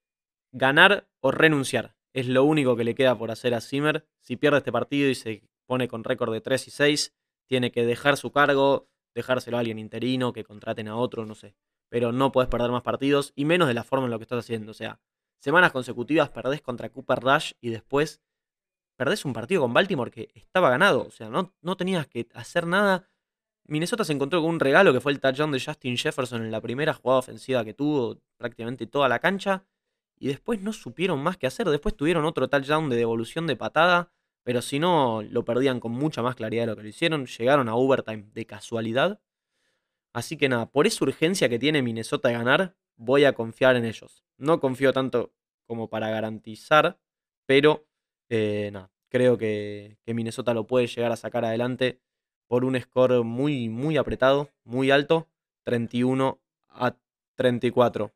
Ganar o renunciar. Es lo único que le queda por hacer a Zimmer. Si pierde este partido y se pone con récord de tres y seis, tiene que dejar su cargo, dejárselo a alguien interino, que contraten a otro, no sé. Pero no puedes perder más partidos, y menos de la forma en lo que estás haciendo. O sea, semanas consecutivas perdés contra Cooper Rush y después perdés un partido con Baltimore que estaba ganado. O sea, no, no tenías que hacer nada. Minnesota se encontró con un regalo que fue el touchdown de Justin Jefferson en la primera jugada ofensiva que tuvo prácticamente toda la cancha, y después no supieron más qué hacer. Después tuvieron otro touchdown de devolución de patada, pero si no lo perdían con mucha más claridad de lo que lo hicieron. Llegaron a overtime de casualidad. Así que nada, por esa urgencia que tiene Minnesota de ganar, voy a confiar en ellos. No confío tanto como para garantizar, pero eh, nada, creo que, que Minnesota lo puede llegar a sacar adelante por un score muy, muy apretado, muy alto, treinta y uno a treinta y cuatro.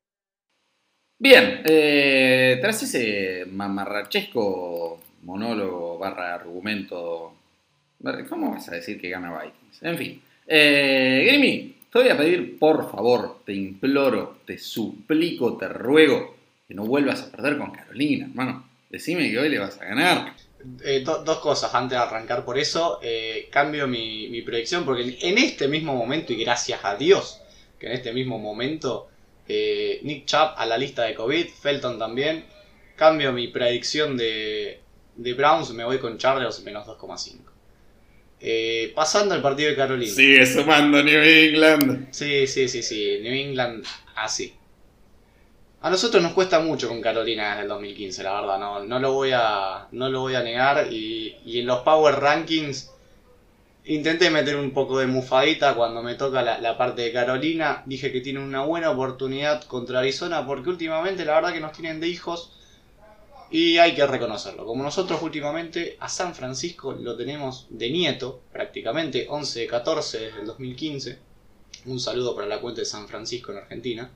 Bien, eh, tras ese mamarrachesco monólogo barra argumento, ¿cómo vas a decir que gana Vikings? En fin, eh, Grimy, te voy a pedir, por favor, te imploro, te suplico, te ruego, que no vuelvas a perder con Carolina, hermano. Decime que hoy le vas a ganar. Eh, do, dos cosas antes de arrancar por eso. Eh, cambio mi, mi predicción porque en este mismo momento, y gracias a Dios que en este mismo momento, eh, Nick Chubb a la lista de COVID, Felton también. Cambio mi predicción de, de Browns, me voy con Chargers menos dos coma cinco. Eh, pasando al partido de Carolina. Sigue sumando New England. Sí, sí, sí, sí. New England, así. A nosotros nos cuesta mucho con Carolina desde el dos mil quince, la verdad. No, no, lo, voy a, no lo voy a negar. Y, y en los Power Rankings intenté meter un poco de mufadita cuando me toca la, la parte de Carolina. Dije que tienen una buena oportunidad contra Arizona porque últimamente la verdad que nos tienen de hijos. Y hay que reconocerlo. Como nosotros últimamente a San Francisco lo tenemos de nieto, prácticamente once de catorce desde el dos mil quince. Un saludo para la cuenta de San Francisco en Argentina.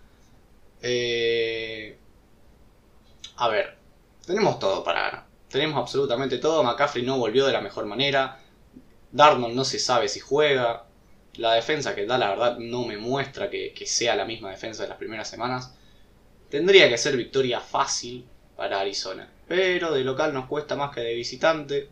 Eh... A ver, tenemos todo para ganar. Tenemos absolutamente todo. McCaffrey no volvió de la mejor manera. Darnold no se sabe si juega. La defensa que da, la verdad, no me muestra que, que sea la misma defensa de las primeras semanas. Tendría que ser victoria fácil para Arizona, pero de local nos cuesta más que de visitante.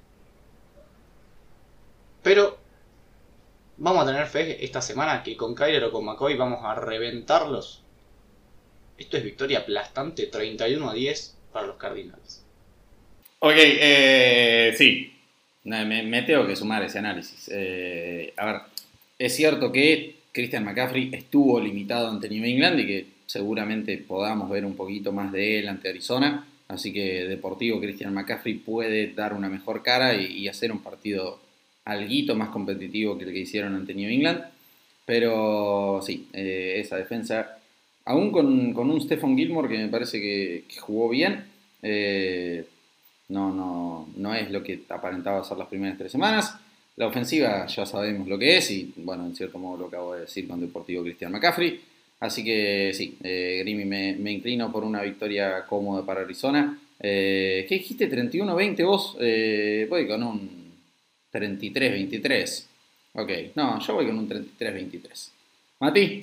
Pero vamos a tener fe esta semana que con Kyler o con McCoy vamos a reventarlos. Esto es victoria aplastante, treinta y uno a diez para los Cardinals. Ok, eh, sí, me, me tengo que sumar ese análisis. Eh, a ver, es cierto que Christian McCaffrey estuvo limitado ante New England y que seguramente podamos ver un poquito más de él ante Arizona. Así que Deportivo Christian McCaffrey puede dar una mejor cara y, y hacer un partido alguito más competitivo que el que hicieron ante New England. Pero sí, eh, esa defensa, aún con, con un Stephon Gilmore que me parece que, que jugó bien, eh, no, no, no es lo que aparentaba ser las primeras tres semanas. La ofensiva ya sabemos lo que es y, bueno, en cierto modo lo acabo de decir con Deportivo Christian McCaffrey. Así que sí, eh, Grimy me, me inclino por una victoria cómoda para Arizona. Eh, ¿Qué dijiste? ¿treinta y uno veinte vos? Eh, voy con un treinta y tres veintitrés. Ok, no, yo voy con un treinta y tres veintitrés. Mati.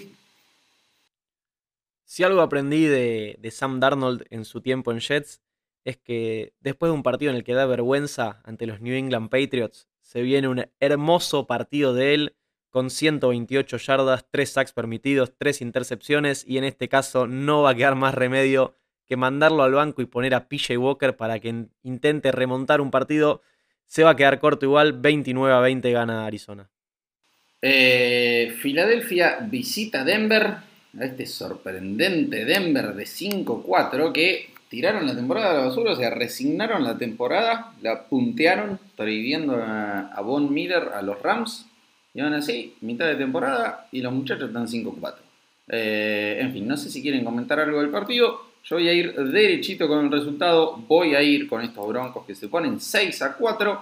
Si algo aprendí de, de Sam Darnold en su tiempo en Jets es que después de un partido en el que da vergüenza ante los New England Patriots, se viene un hermoso partido de él con ciento veintiocho yardas, tres sacks permitidos, tres intercepciones y en este caso no va a quedar más remedio que mandarlo al banco y poner a P J Walker para que intente remontar un partido. Se va a quedar corto igual, veintinueve a veinte gana Arizona. Eh, Filadelfia visita Denver, a este sorprendente Denver de cinco cuatro que tiraron la temporada a la basura, o sea, resignaron la temporada, la puntearon, trayendo a, a Von Miller a los Rams. Y aún así, mitad de temporada y los muchachos están cinco cuatro. Eh, en fin, no sé si quieren comentar algo del partido. Yo voy a ir derechito con el resultado. Voy a ir con estos Broncos que se ponen seis a cuatro.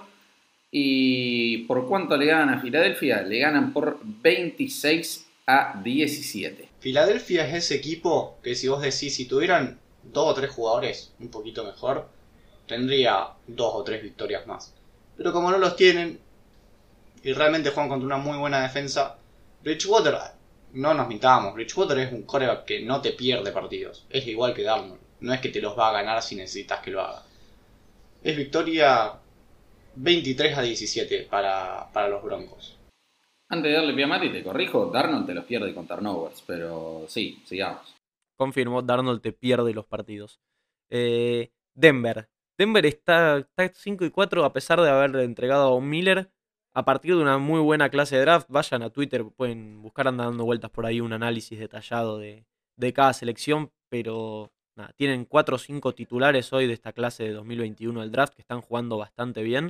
¿Y por cuánto le ganan a Filadelfia? Le ganan por veintiséis a diecisiete. Filadelfia es ese equipo que si vos decís, si tuvieran dos o tres jugadores un poquito mejor, tendría dos o tres victorias más. Pero como no los tienen y realmente juegan contra una muy buena defensa, Bridgewater, no nos mintamos, Bridgewater es un quarterback que no te pierde partidos. Es igual que Darnold, no es que te los va a ganar si necesitas que lo haga. Es victoria veintitrés a diecisiete para, para los Broncos. Antes de darle pie a Mati, te corrijo, Darnold te los pierde con turnovers, pero sí, sigamos. Confirmó, Darnold te pierde los partidos. Eh, Denver. Denver está, está cinco y cuatro a pesar de haber entregado a un Miller a partir de una muy buena clase de draft. Vayan a Twitter, pueden buscar, anda dando vueltas por ahí un análisis detallado de, de cada selección, pero nada, tienen cuatro o cinco titulares hoy de esta clase de dos mil veintiuno del draft que están jugando bastante bien.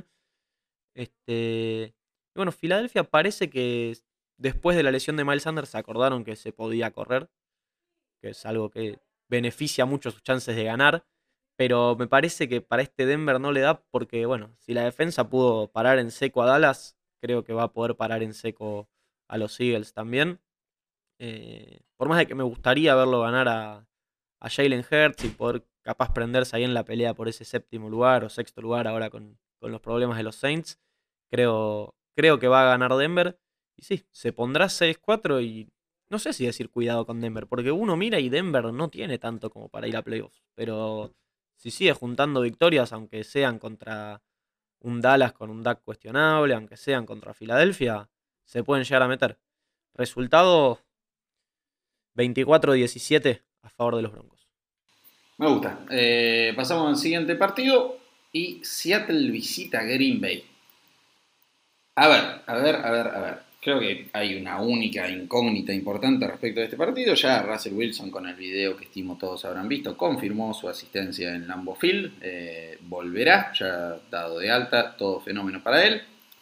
Este, y bueno, Filadelfia parece que después de la lesión de Miles Sanders se acordaron que se podía correr, que es algo que beneficia mucho sus chances de ganar, pero me parece que para este Denver no le da porque, bueno, si la defensa pudo parar en seco a Dallas, creo que va a poder parar en seco a los Eagles también. Eh, por más de que me gustaría verlo ganar a, a Jalen Hurts y poder capaz prenderse ahí en la pelea por ese séptimo lugar o sexto lugar ahora con, con los problemas de los Saints, creo, creo que va a ganar Denver. Y sí, se pondrá seis cuatro y no sé si decir cuidado con Denver, porque uno mira y Denver no tiene tanto como para ir a playoffs, pero si sigue juntando victorias, aunque sean contra un Dallas con un Dak cuestionable, aunque sean contra Filadelfia, se pueden llegar a meter. Resultado veinticuatro diecisiete a favor de los Broncos. Me gusta. Eh, pasamos al siguiente partido y Seattle visita Green Bay. A ver, a ver, a ver, a ver. Creo que hay una única incógnita importante respecto de este partido. Ya Russell Wilson, con el video que estimo todos habrán visto, confirmó su asistencia en Lambeau Field. Eh, volverá, ya dado de alta, todo fenómeno para él.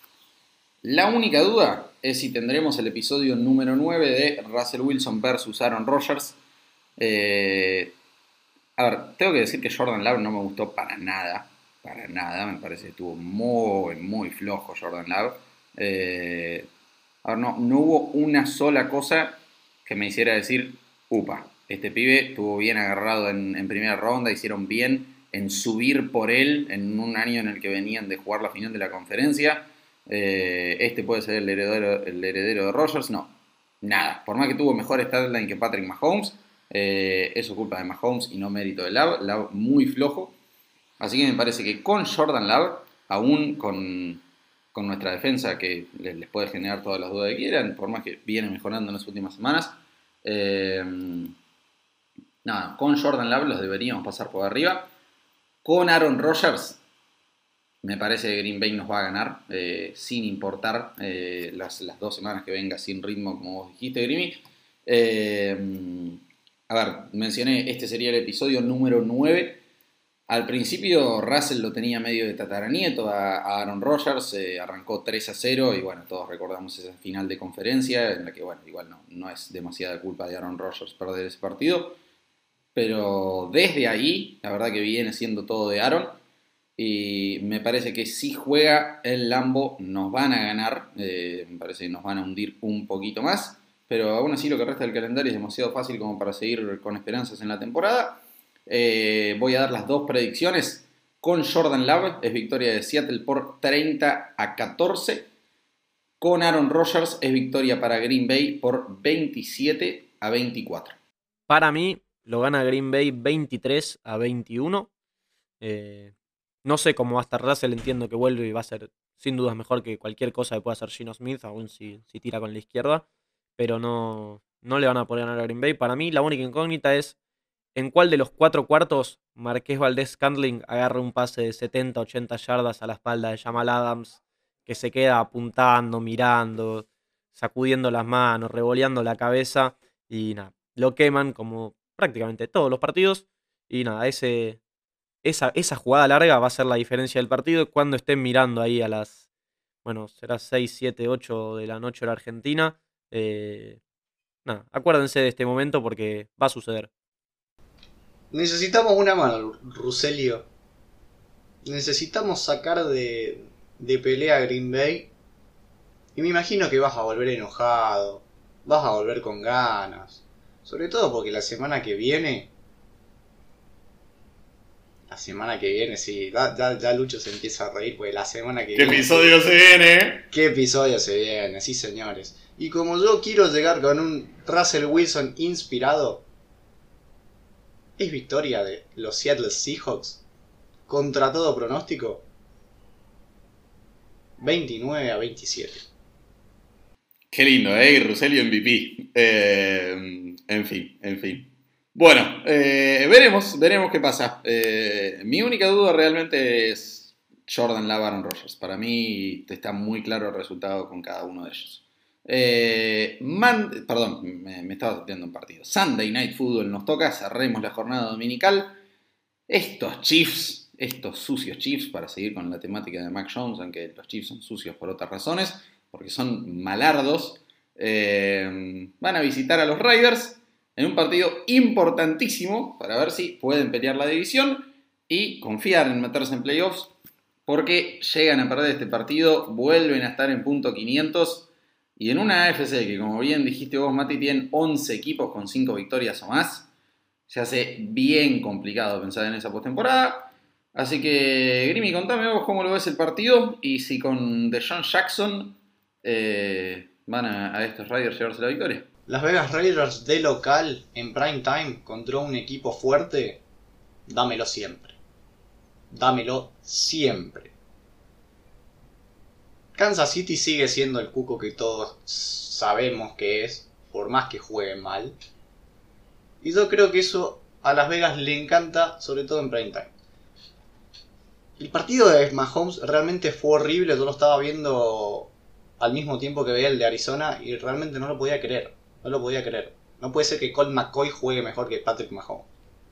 La única duda es si tendremos el episodio número nueve de Russell Wilson versus Aaron Rodgers. Eh, a ver, tengo que decir que Jordan Love no me gustó para nada. Para nada, me parece que estuvo muy, muy flojo Jordan Love. Eh, a ver, no, no hubo una sola cosa que me hiciera decir, upa, este pibe estuvo bien agarrado en, en primera ronda, hicieron bien en subir por él en un año en el que venían de jugar la final de la conferencia. Eh, este puede ser el heredero, el heredero de Rodgers. No, nada. Por más que tuvo mejor statline que Patrick Mahomes, eh, eso es culpa de Mahomes y no mérito de Love. Love muy flojo. Así que me parece que con Jordan Love, aún con, con nuestra defensa que les, les puede generar todas las dudas que quieran, por más que viene mejorando en las últimas semanas, eh, nada, con Jordan Love los deberíamos pasar por arriba. Con Aaron Rodgers, me parece que Green Bay nos va a ganar, eh, sin importar eh, las, las dos semanas que venga sin ritmo, como vos dijiste, Grimy. Eh, a ver, mencioné, este sería el episodio número nueve. Al principio Russell lo tenía medio de tataranieto a, a Aaron Rodgers, eh, arrancó tres a cero y bueno, todos recordamos esa final de conferencia en la que bueno, igual no, no es demasiada culpa de Aaron Rodgers perder ese partido, pero desde ahí la verdad que viene siendo todo de Aaron y me parece que si juega el Lambeau nos van a ganar, eh, me parece que nos van a hundir un poquito más, pero aún así lo que resta del calendario es demasiado fácil como para seguir con esperanzas en la temporada. Eh, voy a dar las dos predicciones. Con Jordan Love es victoria de Seattle por treinta a catorce. Con Aaron Rodgers es victoria para Green Bay por veintisiete a veinticuatro. Para mí lo gana Green Bay veintitrés a veintiuno. Eh, no sé cómo va a estar Russell, entiendo que vuelve y va a ser sin dudas mejor que cualquier cosa que pueda hacer Geno Smith, aún si, si tira con la izquierda. Pero no, no le van a poder ganar a Green Bay. Para mí la única incógnita es en cuál de los cuatro cuartos Marqués Valdez-Scantling agarra un pase de setenta a ochenta yardas a la espalda de Jamal Adams, que se queda apuntando, mirando, sacudiendo las manos, revoleando la cabeza y nada, lo queman como prácticamente todos los partidos y nada, ese, esa, esa jugada larga va a ser la diferencia del partido cuando estén mirando ahí a las, bueno, será seis, siete, ocho de la noche hora argentina. Eh, nada, acuérdense de este momento porque va a suceder. Necesitamos una mano, Ruselio. Necesitamos sacar de, de pelea a Green Bay. Y me imagino que vas a volver enojado. Vas a volver con ganas. Sobre todo porque la semana que viene... La semana que viene, sí. Ya, ya, ya Lucho se empieza a reír porque la semana que ¿Qué viene... ¿Qué episodio se viene? ¿Qué episodio se viene? Sí, señores. Y como yo quiero llegar con un Russell Wilson inspirado... ¿Es victoria de los Seattle Seahawks? Contra todo pronóstico. veintinueve a veintisiete. Qué lindo, ¿eh? Ruselio M V P. Eh, en fin, en fin. Bueno, eh, veremos, veremos qué pasa. Eh, mi única duda realmente es Jordan Love, Aaron Rodgers. Para mí está muy claro el resultado con cada uno de ellos. Eh, man, perdón, me, me estaba salteando un partido. Sunday Night Football nos toca, cerremos la jornada dominical. Estos Chiefs, estos sucios Chiefs, para seguir con la temática de Mac Jones, aunque los Chiefs son sucios por otras razones, porque son malardos, eh, van a visitar a los Raiders en un partido importantísimo para ver si pueden pelear la división y confiar en meterse en playoffs, porque llegan a perder este partido, vuelven a estar en punto quinientos. Y en una A F C que, como bien dijiste vos, Mati, tienen once equipos con cinco victorias o más, se hace bien complicado pensar en esa postemporada. Así que, Grimy, contame vos cómo lo ves el partido y si con DeSean Jackson eh, van a, a estos Raiders llevarse la victoria. Las Vegas Raiders de local en prime time contra un equipo fuerte, dámelo siempre. Dámelo siempre. Kansas City sigue siendo el cuco que todos sabemos que es, por más que juegue mal. Y yo creo que eso a Las Vegas le encanta, sobre todo en prime time. El partido de Mahomes realmente fue horrible, yo lo estaba viendo al mismo tiempo que veía el de Arizona y realmente no lo podía creer. No lo podía creer. No puede ser que Colt McCoy juegue mejor que Patrick Mahomes.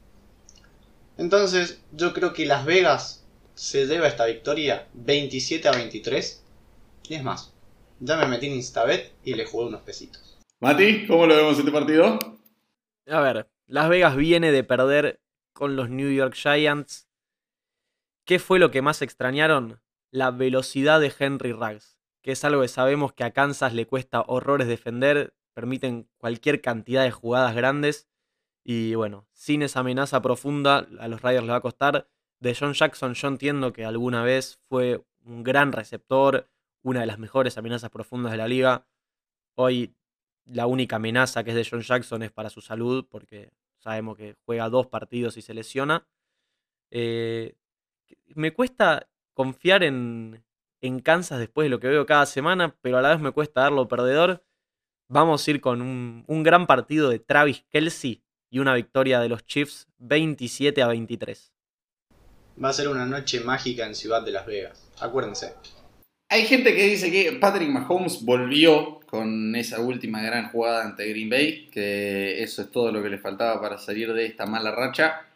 Entonces, yo creo que Las Vegas se debe a esta victoria veintisiete a veintitrés. Y es más, ya me metí en Instabet y le jugué unos pesitos. Mati, ¿cómo lo vemos este partido? A ver, Las Vegas viene de perder con los New York Giants. ¿Qué fue lo que más extrañaron? La velocidad de Henry Ruggs, que es algo que sabemos que a Kansas le cuesta horrores defender, permiten cualquier cantidad de jugadas grandes y bueno, sin esa amenaza profunda a los Raiders les va a costar. De John Jackson yo entiendo que alguna vez fue un gran receptor, una de las mejores amenazas profundas de la liga. Hoy la única amenaza que es de John Jackson es para su salud, porque sabemos que juega dos partidos y se lesiona. Eh, me cuesta confiar en, en Kansas después de lo que veo cada semana, pero a la vez me cuesta darlo perdedor. Vamos a ir con un, un gran partido de Travis Kelce y una victoria de los Chiefs veintisiete a veintitrés. Va a ser una noche mágica en Ciudad de Las Vegas. Acuérdense. Hay gente que dice que Patrick Mahomes volvió con esa última gran jugada ante Green Bay, que eso es todo lo que le faltaba para salir de esta mala racha.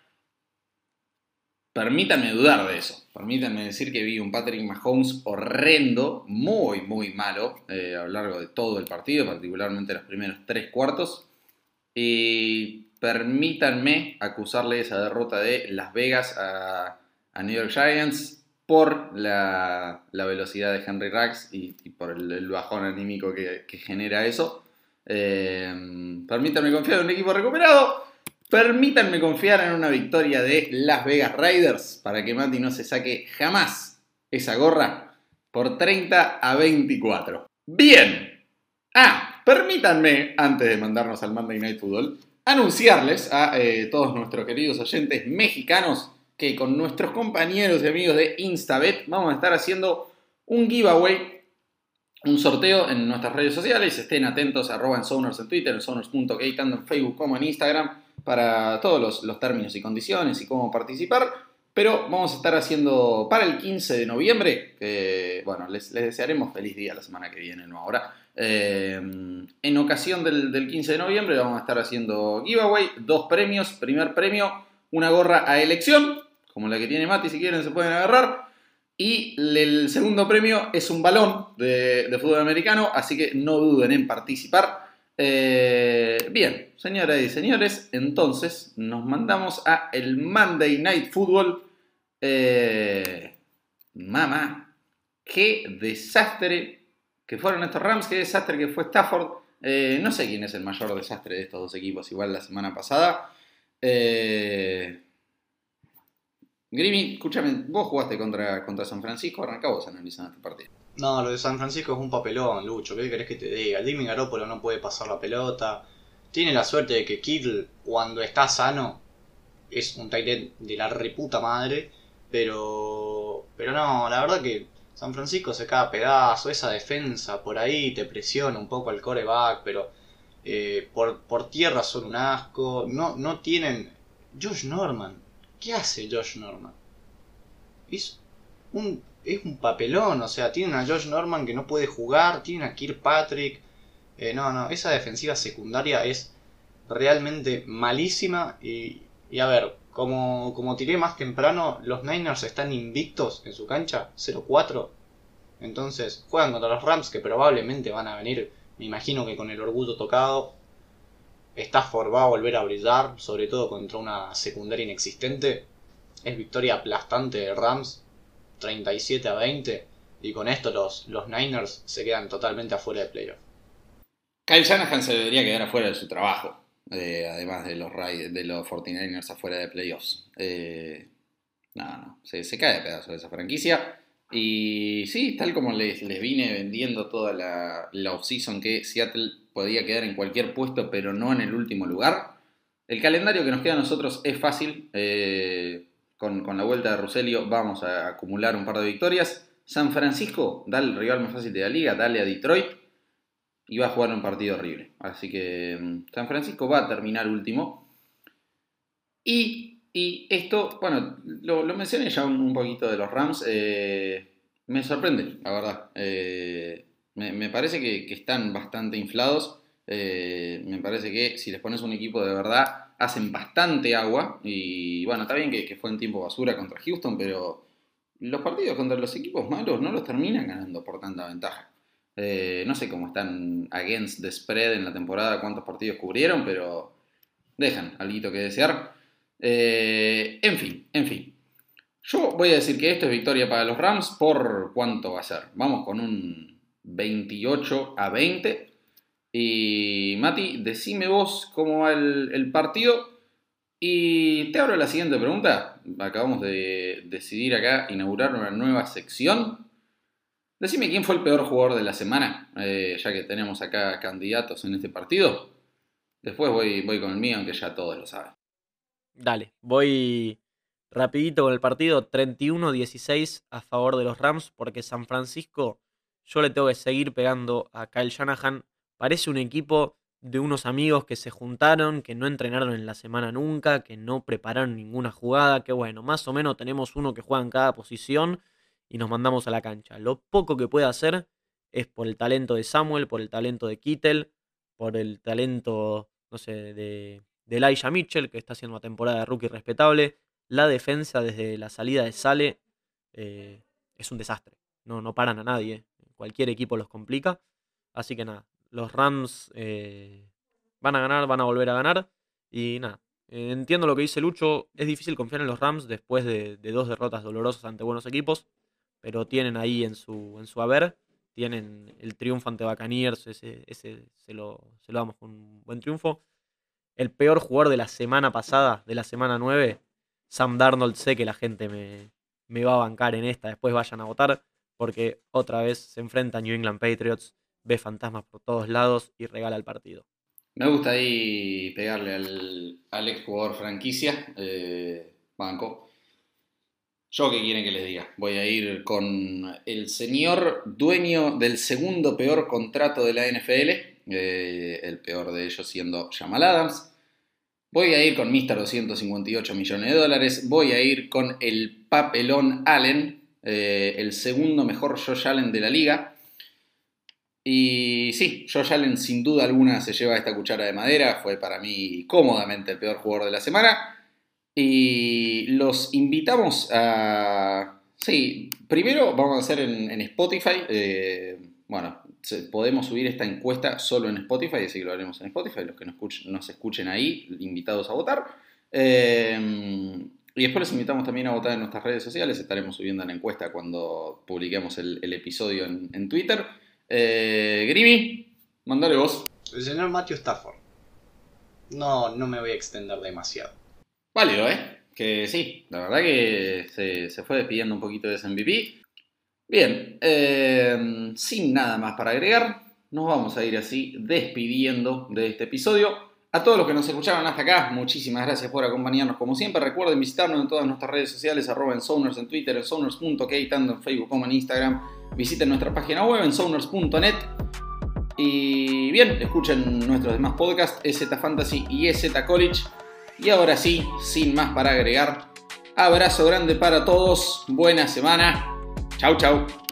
Permítanme dudar de eso. Permítanme decir que vi un Patrick Mahomes horrendo, muy, muy malo, eh, a lo largo de todo el partido, particularmente los primeros tres cuartos. Y permítanme acusarle esa derrota de Las Vegas a, a New York Giants por la, la velocidad de Henry Ruggs y, y por el, el bajón anímico que, que genera eso. Eh, permítanme confiar en un equipo recuperado. Permítanme confiar en una victoria de Las Vegas Raiders para que Mati no se saque jamás esa gorra por treinta a veinticuatro. Bien. Ah, permítanme, antes de mandarnos al Monday Night Football, anunciarles a eh, todos nuestros queridos oyentes mexicanos que con nuestros compañeros y amigos de Instabet vamos a estar haciendo un giveaway, un sorteo en nuestras redes sociales. Estén atentos a arroba en Zoners en Twitter, en Zoners punto ok, tanto en Facebook como en Instagram, para todos los, los términos y condiciones y cómo participar. Pero vamos a estar haciendo para el quince de noviembre, que bueno, les, les desearemos feliz día la semana que viene, no ahora. Eh, en ocasión del, del quince de noviembre vamos a estar haciendo giveaway, dos premios. Primer premio, una gorra a elección, como la que tiene Mati, si quieren se pueden agarrar. Y el segundo premio es un balón de, de fútbol americano, así que no duden en participar. Eh, bien, señoras y señores, entonces nos mandamos a el Monday Night Football. Eh, mamá, qué desastre que fueron estos Rams, qué desastre que fue Stafford. Eh, no sé quién es el mayor desastre de estos dos equipos, igual la semana pasada. Eh... Grimi, escúchame, vos jugaste contra, contra San Francisco, arrancá vos analizando este partido. No, lo de San Francisco es un papelón, Lucho. ¿Qué querés que te diga? Jimmy Garoppolo no puede pasar la pelota. Tiene la suerte de que Kittle, cuando está sano, es un tight end de la reputa madre. Pero pero no, la verdad que San Francisco se cae a pedazo. Esa defensa por ahí te presiona un poco al quarterback, pero eh, por, por tierra son un asco. No, no tienen... Josh Norman. ¿Qué hace Josh Norman? Es un, es un papelón, o sea, tienen a Josh Norman que no puede jugar, tienen a Kirkpatrick. Eh, no, no, esa defensiva secundaria es realmente malísima. Y, y a ver, como, como tiré más temprano, los Niners están invictos en su cancha, cero cuatro. Entonces juegan contra los Rams, que probablemente van a venir, me imagino que con el orgullo tocado. Stafford va a volver a brillar, sobre todo contra una secundaria inexistente. Es victoria aplastante de Rams, treinta y siete a veinte. Y con esto los, los Niners se quedan totalmente afuera de playoff. Kyle Shanahan se debería quedar afuera de su trabajo, eh, además de los, de los cuarenta y nueve ers afuera de playoffs. Eh, no, no, se, se cae de pedazo de esa franquicia. Y sí, tal como les, les vine vendiendo toda la, la offseason, que Seattle podía quedar en cualquier puesto, pero no en el último lugar. El calendario que nos queda a nosotros es fácil. Eh, con, con la vuelta de Russello vamos a acumular un par de victorias. San Francisco, dale el rival más fácil de la liga, dale a Detroit. Y va a jugar un partido horrible. Así que San Francisco va a terminar último. Y, y esto, bueno, lo, lo mencioné ya un, un poquito de los Rams. Eh, me sorprende, la verdad. Eh, Me, me parece que, que están bastante inflados. Eh, me parece que si les pones un equipo de verdad, hacen bastante agua. Y bueno, está bien que, que fue en tiempo basura contra Houston, pero los partidos contra los equipos malos no los terminan ganando por tanta ventaja. Eh, no sé cómo están against the spread en la temporada, cuántos partidos cubrieron, pero dejan algo que desear. Eh, en fin, en fin. Yo voy a decir que esto es victoria para los Rams. ¿Por cuánto va a ser? Vamos con un veintiocho a veinte. Y Mati, decime vos cómo va el, el partido. Y te abro la siguiente pregunta. Acabamos de decidir acá inaugurar una nueva sección. Decime quién fue el peor jugador de la semana, eh, ya que tenemos acá candidatos en este partido. Después voy, voy con el mío, aunque ya todos lo saben. Dale, voy rapidito con el partido. treinta y uno a dieciséis a favor de los Rams, porque San Francisco, yo le tengo que seguir pegando a Kyle Shanahan. Parece un equipo de unos amigos que se juntaron, que no entrenaron en la semana nunca, que no prepararon ninguna jugada, que bueno, más o menos tenemos uno que juega en cada posición y nos mandamos a la cancha. Lo poco que puede hacer es por el talento de Samuel, por el talento de Kittle, por el talento, no sé, de, de Elijah Mitchell, que está haciendo una temporada de rookie respetable. La defensa desde la salida de Sale eh, es un desastre. No, no paran a nadie. Cualquier equipo los complica. Así que nada, los Rams eh, van a ganar, van a volver a ganar. Y nada, eh, entiendo lo que dice Lucho. Es difícil confiar en los Rams después de, de dos derrotas dolorosas ante buenos equipos. Pero tienen ahí en su, en su haber, tienen el triunfo ante Buccaneers, ese, ese se, lo, se lo damos con un buen triunfo. El peor jugador de la semana pasada, de la semana nueve, Sam Darnold. Sé que la gente me, me va a bancar en esta, después vayan a votar, porque otra vez se enfrenta a New England Patriots, ve fantasmas por todos lados y regala el partido. Me gusta ahí pegarle al, al ex jugador franquicia, eh, banco. Yo, ¿qué quieren que les diga? Voy a ir con el señor dueño del segundo peor contrato de la N F L, eh, el peor de ellos siendo Jamal Adams. Voy a ir con mister doscientos cincuenta y ocho millones de dólares. Voy a ir con el papelón Allen, eh, el segundo mejor Josh Allen de la liga. Y sí, Josh Allen sin duda alguna se lleva esta cuchara de madera. Fue para mí cómodamente el peor jugador de la semana. Y los invitamos a... Sí, primero vamos a hacer en, en Spotify. Eh, bueno, se, podemos subir esta encuesta solo en Spotify, así que lo haremos en Spotify. Los que nos escuchen, nos escuchen ahí, invitados a votar. Eh, y después los invitamos también a votar en nuestras redes sociales. Estaremos subiendo la encuesta cuando publiquemos el, el episodio en, en Twitter. Eh, Grimi, mandale vos. El señor Matthew Stafford. No, no me voy a extender demasiado. Válido, ¿eh? Que sí, la verdad que se, se fue despidiendo un poquito de ese M V P. Bien, eh, sin nada más para agregar, nos vamos a ir así despidiendo de este episodio. A todos los que nos escucharon hasta acá, muchísimas gracias por acompañarnos como siempre. Recuerden visitarnos en todas nuestras redes sociales, arroba Ensoners en Twitter, Ensoners punto k, tanto en Facebook como en Instagram. Visiten nuestra página web, ensoners punto net. Y bien, escuchen nuestros demás podcasts, E Z Fantasy y E Z College. Y ahora sí, sin más para agregar, abrazo grande para todos, buena semana, chau chau.